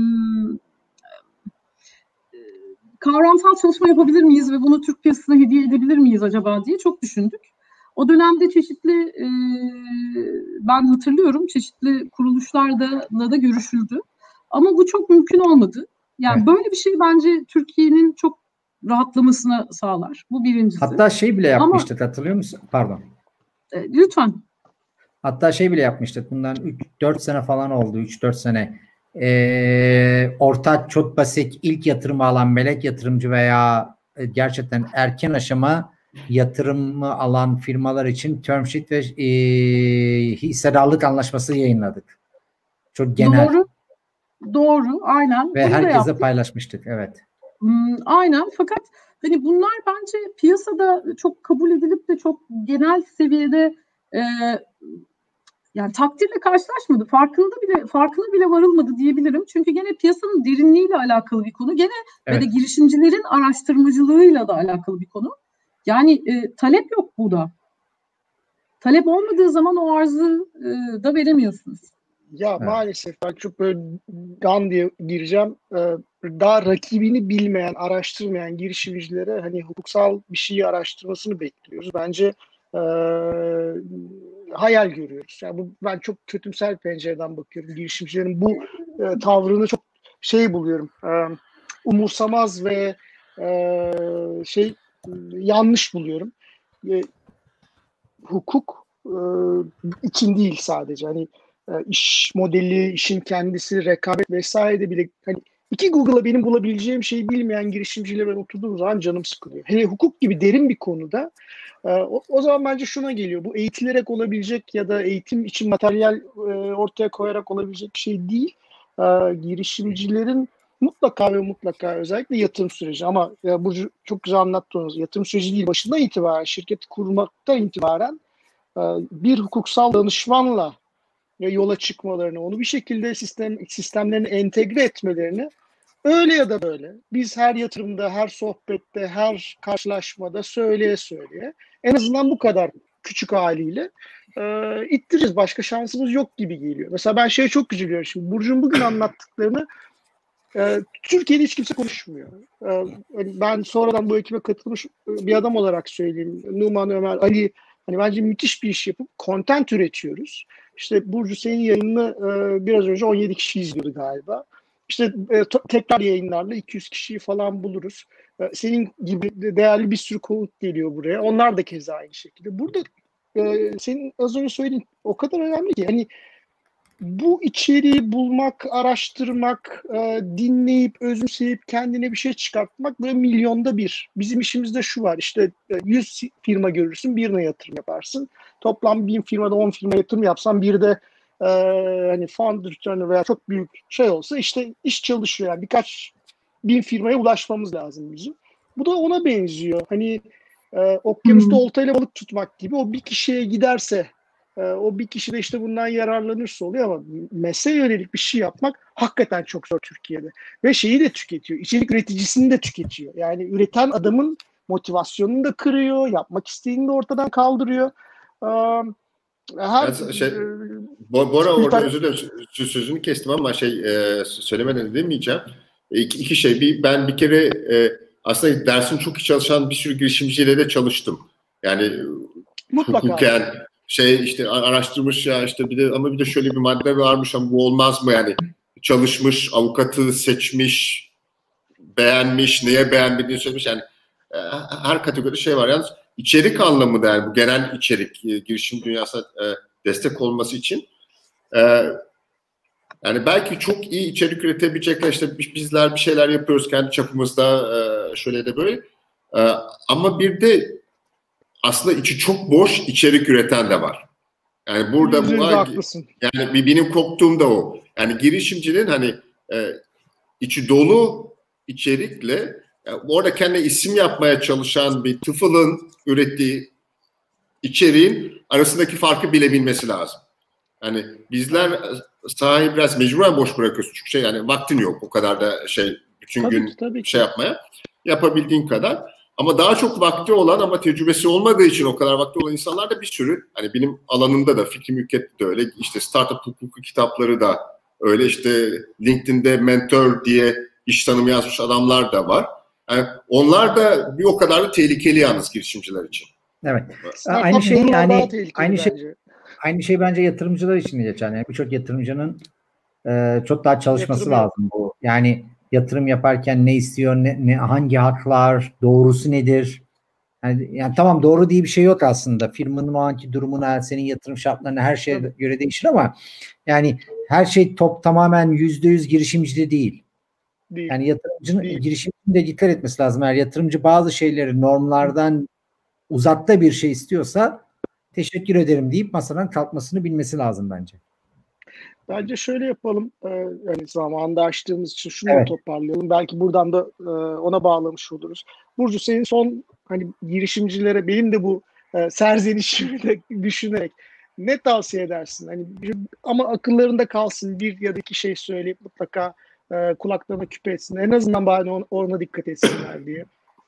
kavramsal çalışma yapabilir miyiz ve bunu Türk piyasasına hediye edebilir miyiz acaba diye çok düşündük. O dönemde çeşitli e, ben hatırlıyorum çeşitli kuruluşlarla da görüşüldü. Ama bu çok mümkün olmadı. Yani evet. Böyle bir şey bence Türkiye'nin çok rahatlamasına sağlar. Bu birincisi. Hatta şey bile yapmıştık, ama, hatırlıyor musun? Pardon. E, lütfen. Hatta şey bile yapmıştık. Bundan üç dört sene falan oldu. üç dört sene. Ee, ortak çok basit ilk yatırımı alan melek yatırımcı veya gerçekten erken aşama yatırımı alan firmalar için term sheet ve e, hissedarlık anlaşması yayınladık. Çok genel. Doğru. Doğru. Aynen. Ve bunu herkese paylaşmıştık. Evet. Hmm, aynen. Fakat hani bunlar bence piyasada çok kabul edilip de çok genel seviyede e, yani takdirle karşılaşmadı. Farkında bile farkına bile varılmadı diyebilirim. Çünkü gene piyasanın derinliğiyle alakalı bir konu. Gene evet. Ve de girişimcilerin araştırmacılığıyla da alakalı bir konu. Yani e, talep yok burada. Talep olmadığı zaman o arzı e, da veremiyorsunuz. Ya evet. Maalesef ben çok böyle dan diye gireceğim. Ee, daha rakibini bilmeyen, araştırmayan girişimcilere hani hukuksal bir şeyi araştırmasını bekliyoruz. Bence e, hayal görüyoruz. Yani bu, ben çok kötümser pencereden bakıyorum. Girişimcilerin bu e, tavrını çok şey buluyorum. E, umursamaz ve e, şey yanlış buluyorum. E, hukuk e, için değil sadece. Hani e, iş modeli, işin kendisi, rekabet vesaire de bile hani iki Google'a benim bulabileceğim şeyi bilmeyen girişimciyle ben oturduğum zaman canım sıkılıyor. Hele hukuk gibi derin bir konuda e, o, o zaman bence şuna geliyor. Bu eğitilerek olabilecek ya da eğitim için materyal e, ortaya koyarak olabilecek bir şey değil. E, girişimcilerin mutlaka ve mutlaka özellikle yatırım süreci ama ya Burcu çok güzel anlattınız. Yatırım süreci değil başından itibaren şirketi kurmaktan itibaren e, bir hukuksal danışmanla yola çıkmalarını, onu bir şekilde sistem sistemlerini entegre etmelerini öyle ya da böyle biz her yatırımda, her sohbette, her karşılaşmada söyleye söyleye en azından bu kadar küçük haliyle e, ittiririz. Başka şansımız yok gibi geliyor. Mesela ben şeye çok üzülüyorum şimdi. Burcu'nun bugün anlattıklarını e, Türkiye'de hiç kimse konuşmuyor. E, ben sonradan bu ekibe katılmış bir adam olarak söyleyeyim. Numan, Ömer, Ali hani bence müthiş bir iş yapıp content üretiyoruz. İşte Burcu senin yayınını e, biraz önce on yedi kişi izliyordu galiba. İşte e, tekrar yayınlarla iki yüz kişiyi falan buluruz. E, senin gibi değerli bir sürü konuk geliyor buraya. Onlar da keza aynı şekilde. Burada e, senin az önce söylediğin o kadar önemli ki. Hani bu içeriği bulmak, araştırmak, e, dinleyip, özümseyip kendine bir şey çıkartmak böyle milyonda bir. Bizim işimizde şu var işte yüz firma görürsün, birine yatırım yaparsın. Toplam bin firmada on firma yatırım yapsan bir de e, hani fund return'ü veya çok büyük şey olsa işte iş çalışıyor. Yani birkaç bin firmaya ulaşmamız lazım bizim. Bu da ona benziyor. Hani e, okyanusta oltayla balık tutmak gibi o bir kişiye giderse o bir kişi de işte bundan yararlanırsa oluyor ama mesleğe yönelik bir şey yapmak hakikaten çok zor Türkiye'de. Ve şeyi de tüketiyor. İçerik üreticisini de tüketiyor. Yani üreten adamın motivasyonunu da kırıyor. Yapmak istediğini de ortadan kaldırıyor. Her, şey, Bora orada özür dilerim sözünü kestim ama şey e, söylemeden demeyeceğim. İki, iki şey. Bir, ben bir kere e, aslında dersin çok iyi çalışan bir sürü girişimciyle de çalıştım. Yani hukuken şey işte araştırmış ya işte bir de ama bir de şöyle bir madde varmış ama bu olmaz mı yani çalışmış avukatı seçmiş beğenmiş neye beğenmediğini söylemiş yani e, her kategoride şey var yalnız içerik anlamında yani bu genel içerik e, girişim dünyasına e, destek olması için e, yani belki çok iyi içerik üretebilecekler işte bizler bir şeyler yapıyoruz kendi çapımızda e, şöyle de böyle e, ama bir de aslında içi çok boş içerik üreten de var. Yani burada bu yani benim korktuğum da o. Yani girişimcinin hani e, içi dolu içerikle yani orada kendi isim yapmaya çalışan bir tıfılın ürettiği içeriğin arasındaki farkı bilebilmesi lazım. Yani bizler sahayı biraz mecburen boş bırakıyoruz çünkü şey yani vaktin yok o kadar da şey bütün tabii gün ki, tabii şey yapmaya yapabildiğin kadar. Ama daha çok vakti olan ama tecrübesi olmadığı için o kadar vakti olan insanlar da bir sürü. Hani benim alanımda da Fikri Mülkiyet de öyle. İşte startup hukuku kitapları da öyle. İşte LinkedIn'de mentor diye iş tanımı yazmış adamlar da var. Yani onlar da bir o kadar da tehlikeli yalnız girişimciler için. Evet. Startup aynı şey yani aynı şey bence. Aynı şey bence yatırımcılar için de geçerli. Yani birçok yatırımcının e, çok daha çalışması Yatırım lazım bu. Yani yatırım yaparken ne istiyor, ne, ne hangi haklar, doğrusu nedir? Yani, yani tamam doğru diye bir şey yok aslında. Firmanın o anki durumuna, senin yatırım şartlarına her şeye evet. göre değişir ama yani her şey top tamamen yüzde yüz girişimcide değil. değil. Yani yatırımcının, değil. girişimcinin de dikkat etmesi lazım. Eğer yatırımcı bazı şeyleri normlardan uzakta bir şey istiyorsa teşekkür ederim deyip masadan kalkmasını bilmesi lazım bence. Bence şöyle yapalım, ee, yani zamanında açtığımız için şunu evet. toparlayalım. Belki buradan da e, ona bağlamış oluruz. Burcu senin son hani girişimcilere benim de bu e, serzenişimi de düşünerek ne tavsiye edersin? Hani ama akıllarında kalsın bir ya da iki şey söyleyip mutlaka e, kulaklarına küpe etsin. En azından bari ona, ona dikkat etsinler diye.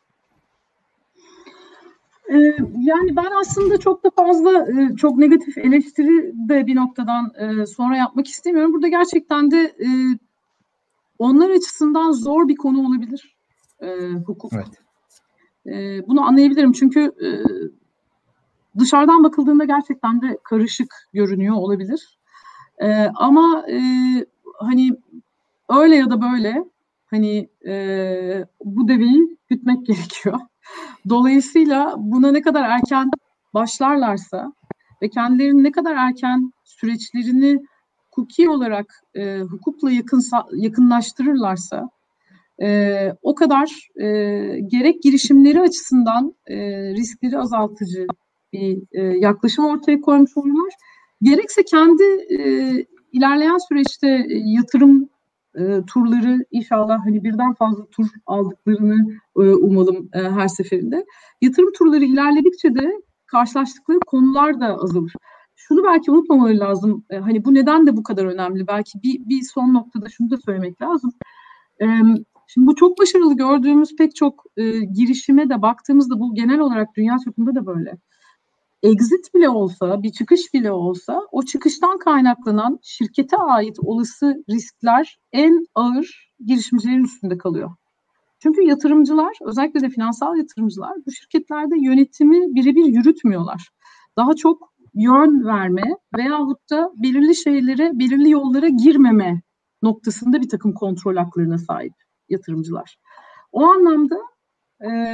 Yani ben aslında çok da fazla çok negatif eleştiri de bir noktadan sonra yapmak istemiyorum. Burada gerçekten de onlar açısından zor bir konu olabilir hukuk. Evet. Bunu anlayabilirim çünkü dışarıdan bakıldığında gerçekten de karışık görünüyor olabilir. Ama hani öyle ya da böyle hani bu deveyi gütmek gerekiyor. Dolayısıyla buna ne kadar erken başlarlarsa ve kendilerinin ne kadar erken süreçlerini hukuki olarak e, hukukla yakın, yakınlaştırırlarsa e, o kadar e, gerek girişimleri açısından e, riskleri azaltıcı bir e, yaklaşım ortaya koymuş olurlar. Gerekse kendi e, ilerleyen süreçte e, yatırım e, turları inşallah hani birden fazla tur aldıklarını e, umalım e, her seferinde. Yatırım turları ilerledikçe de karşılaştıkları konular da azalır. Şunu belki unutmamaları lazım. E, hani bu neden de bu kadar önemli? Belki bir, bir son noktada şunu da söylemek lazım. E, şimdi bu çok başarılı gördüğümüz pek çok e, girişime de baktığımızda bu genel olarak dünya çapında da böyle. Exit bile olsa, bir çıkış bile olsa o çıkıştan kaynaklanan şirkete ait olası riskler en ağır girişimcilerin üstünde kalıyor. Çünkü yatırımcılar, özellikle de finansal yatırımcılar bu şirketlerde yönetimi birebir yürütmüyorlar. Daha çok yön verme veyahut da belirli şeylere, belirli yollara girmeme noktasında bir takım kontrol haklarına sahip yatırımcılar. O anlamda e,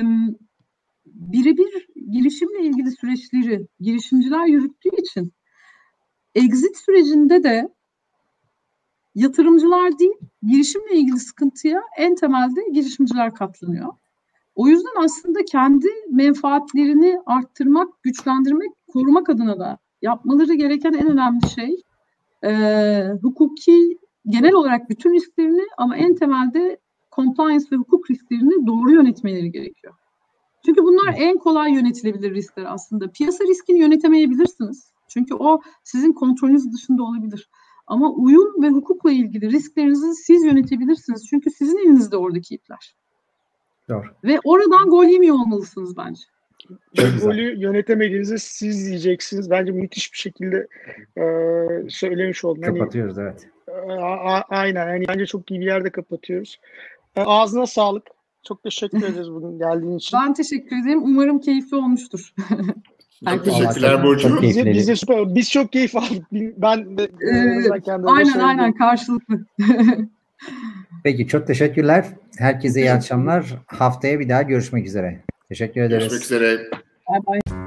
birebir girişimle ilgili süreçleri girişimciler yürüttüğü için exit sürecinde de yatırımcılar değil, girişimle ilgili sıkıntıya en temelde girişimciler katlanıyor. O yüzden aslında kendi menfaatlerini arttırmak, güçlendirmek, korumak adına da yapmaları gereken en önemli şey e, hukuki, genel olarak bütün risklerini ama en temelde compliance ve hukuk risklerini doğru yönetmeleri gerekiyor. Çünkü bunlar en kolay yönetilebilir riskler aslında. Piyasa riskini yönetemeyebilirsiniz. Çünkü o sizin kontrolünüz dışında olabilir. Ama uyum ve hukukla ilgili risklerinizi siz yönetebilirsiniz. Çünkü sizin elinizde oradaki ipler. Doğru. Ve oradan gol yemiyor olmalısınız bence. Golü yönetemediğinizi siz diyeceksiniz. Bence müthiş bir şekilde e, söylemiş oldum. Kapatıyoruz, hani, evet. A, a, aynen. Yani bence çok iyi bir yerde kapatıyoruz. E, ağzına sağlık. Çok teşekkür ederiz bugün geldiğin için. Ben teşekkür ederim. Umarım keyifli olmuştur. Çok teşekkürler Burcu. Biz, biz, de süper. Biz çok keyif aldık. Ben de ee, kendime aynen söyleyeyim. aynen karşılıklı. Peki, çok teşekkürler. Herkese iyi akşamlar. Haftaya bir daha görüşmek üzere. Teşekkür ederiz. Görüşmek üzere. Bye bye.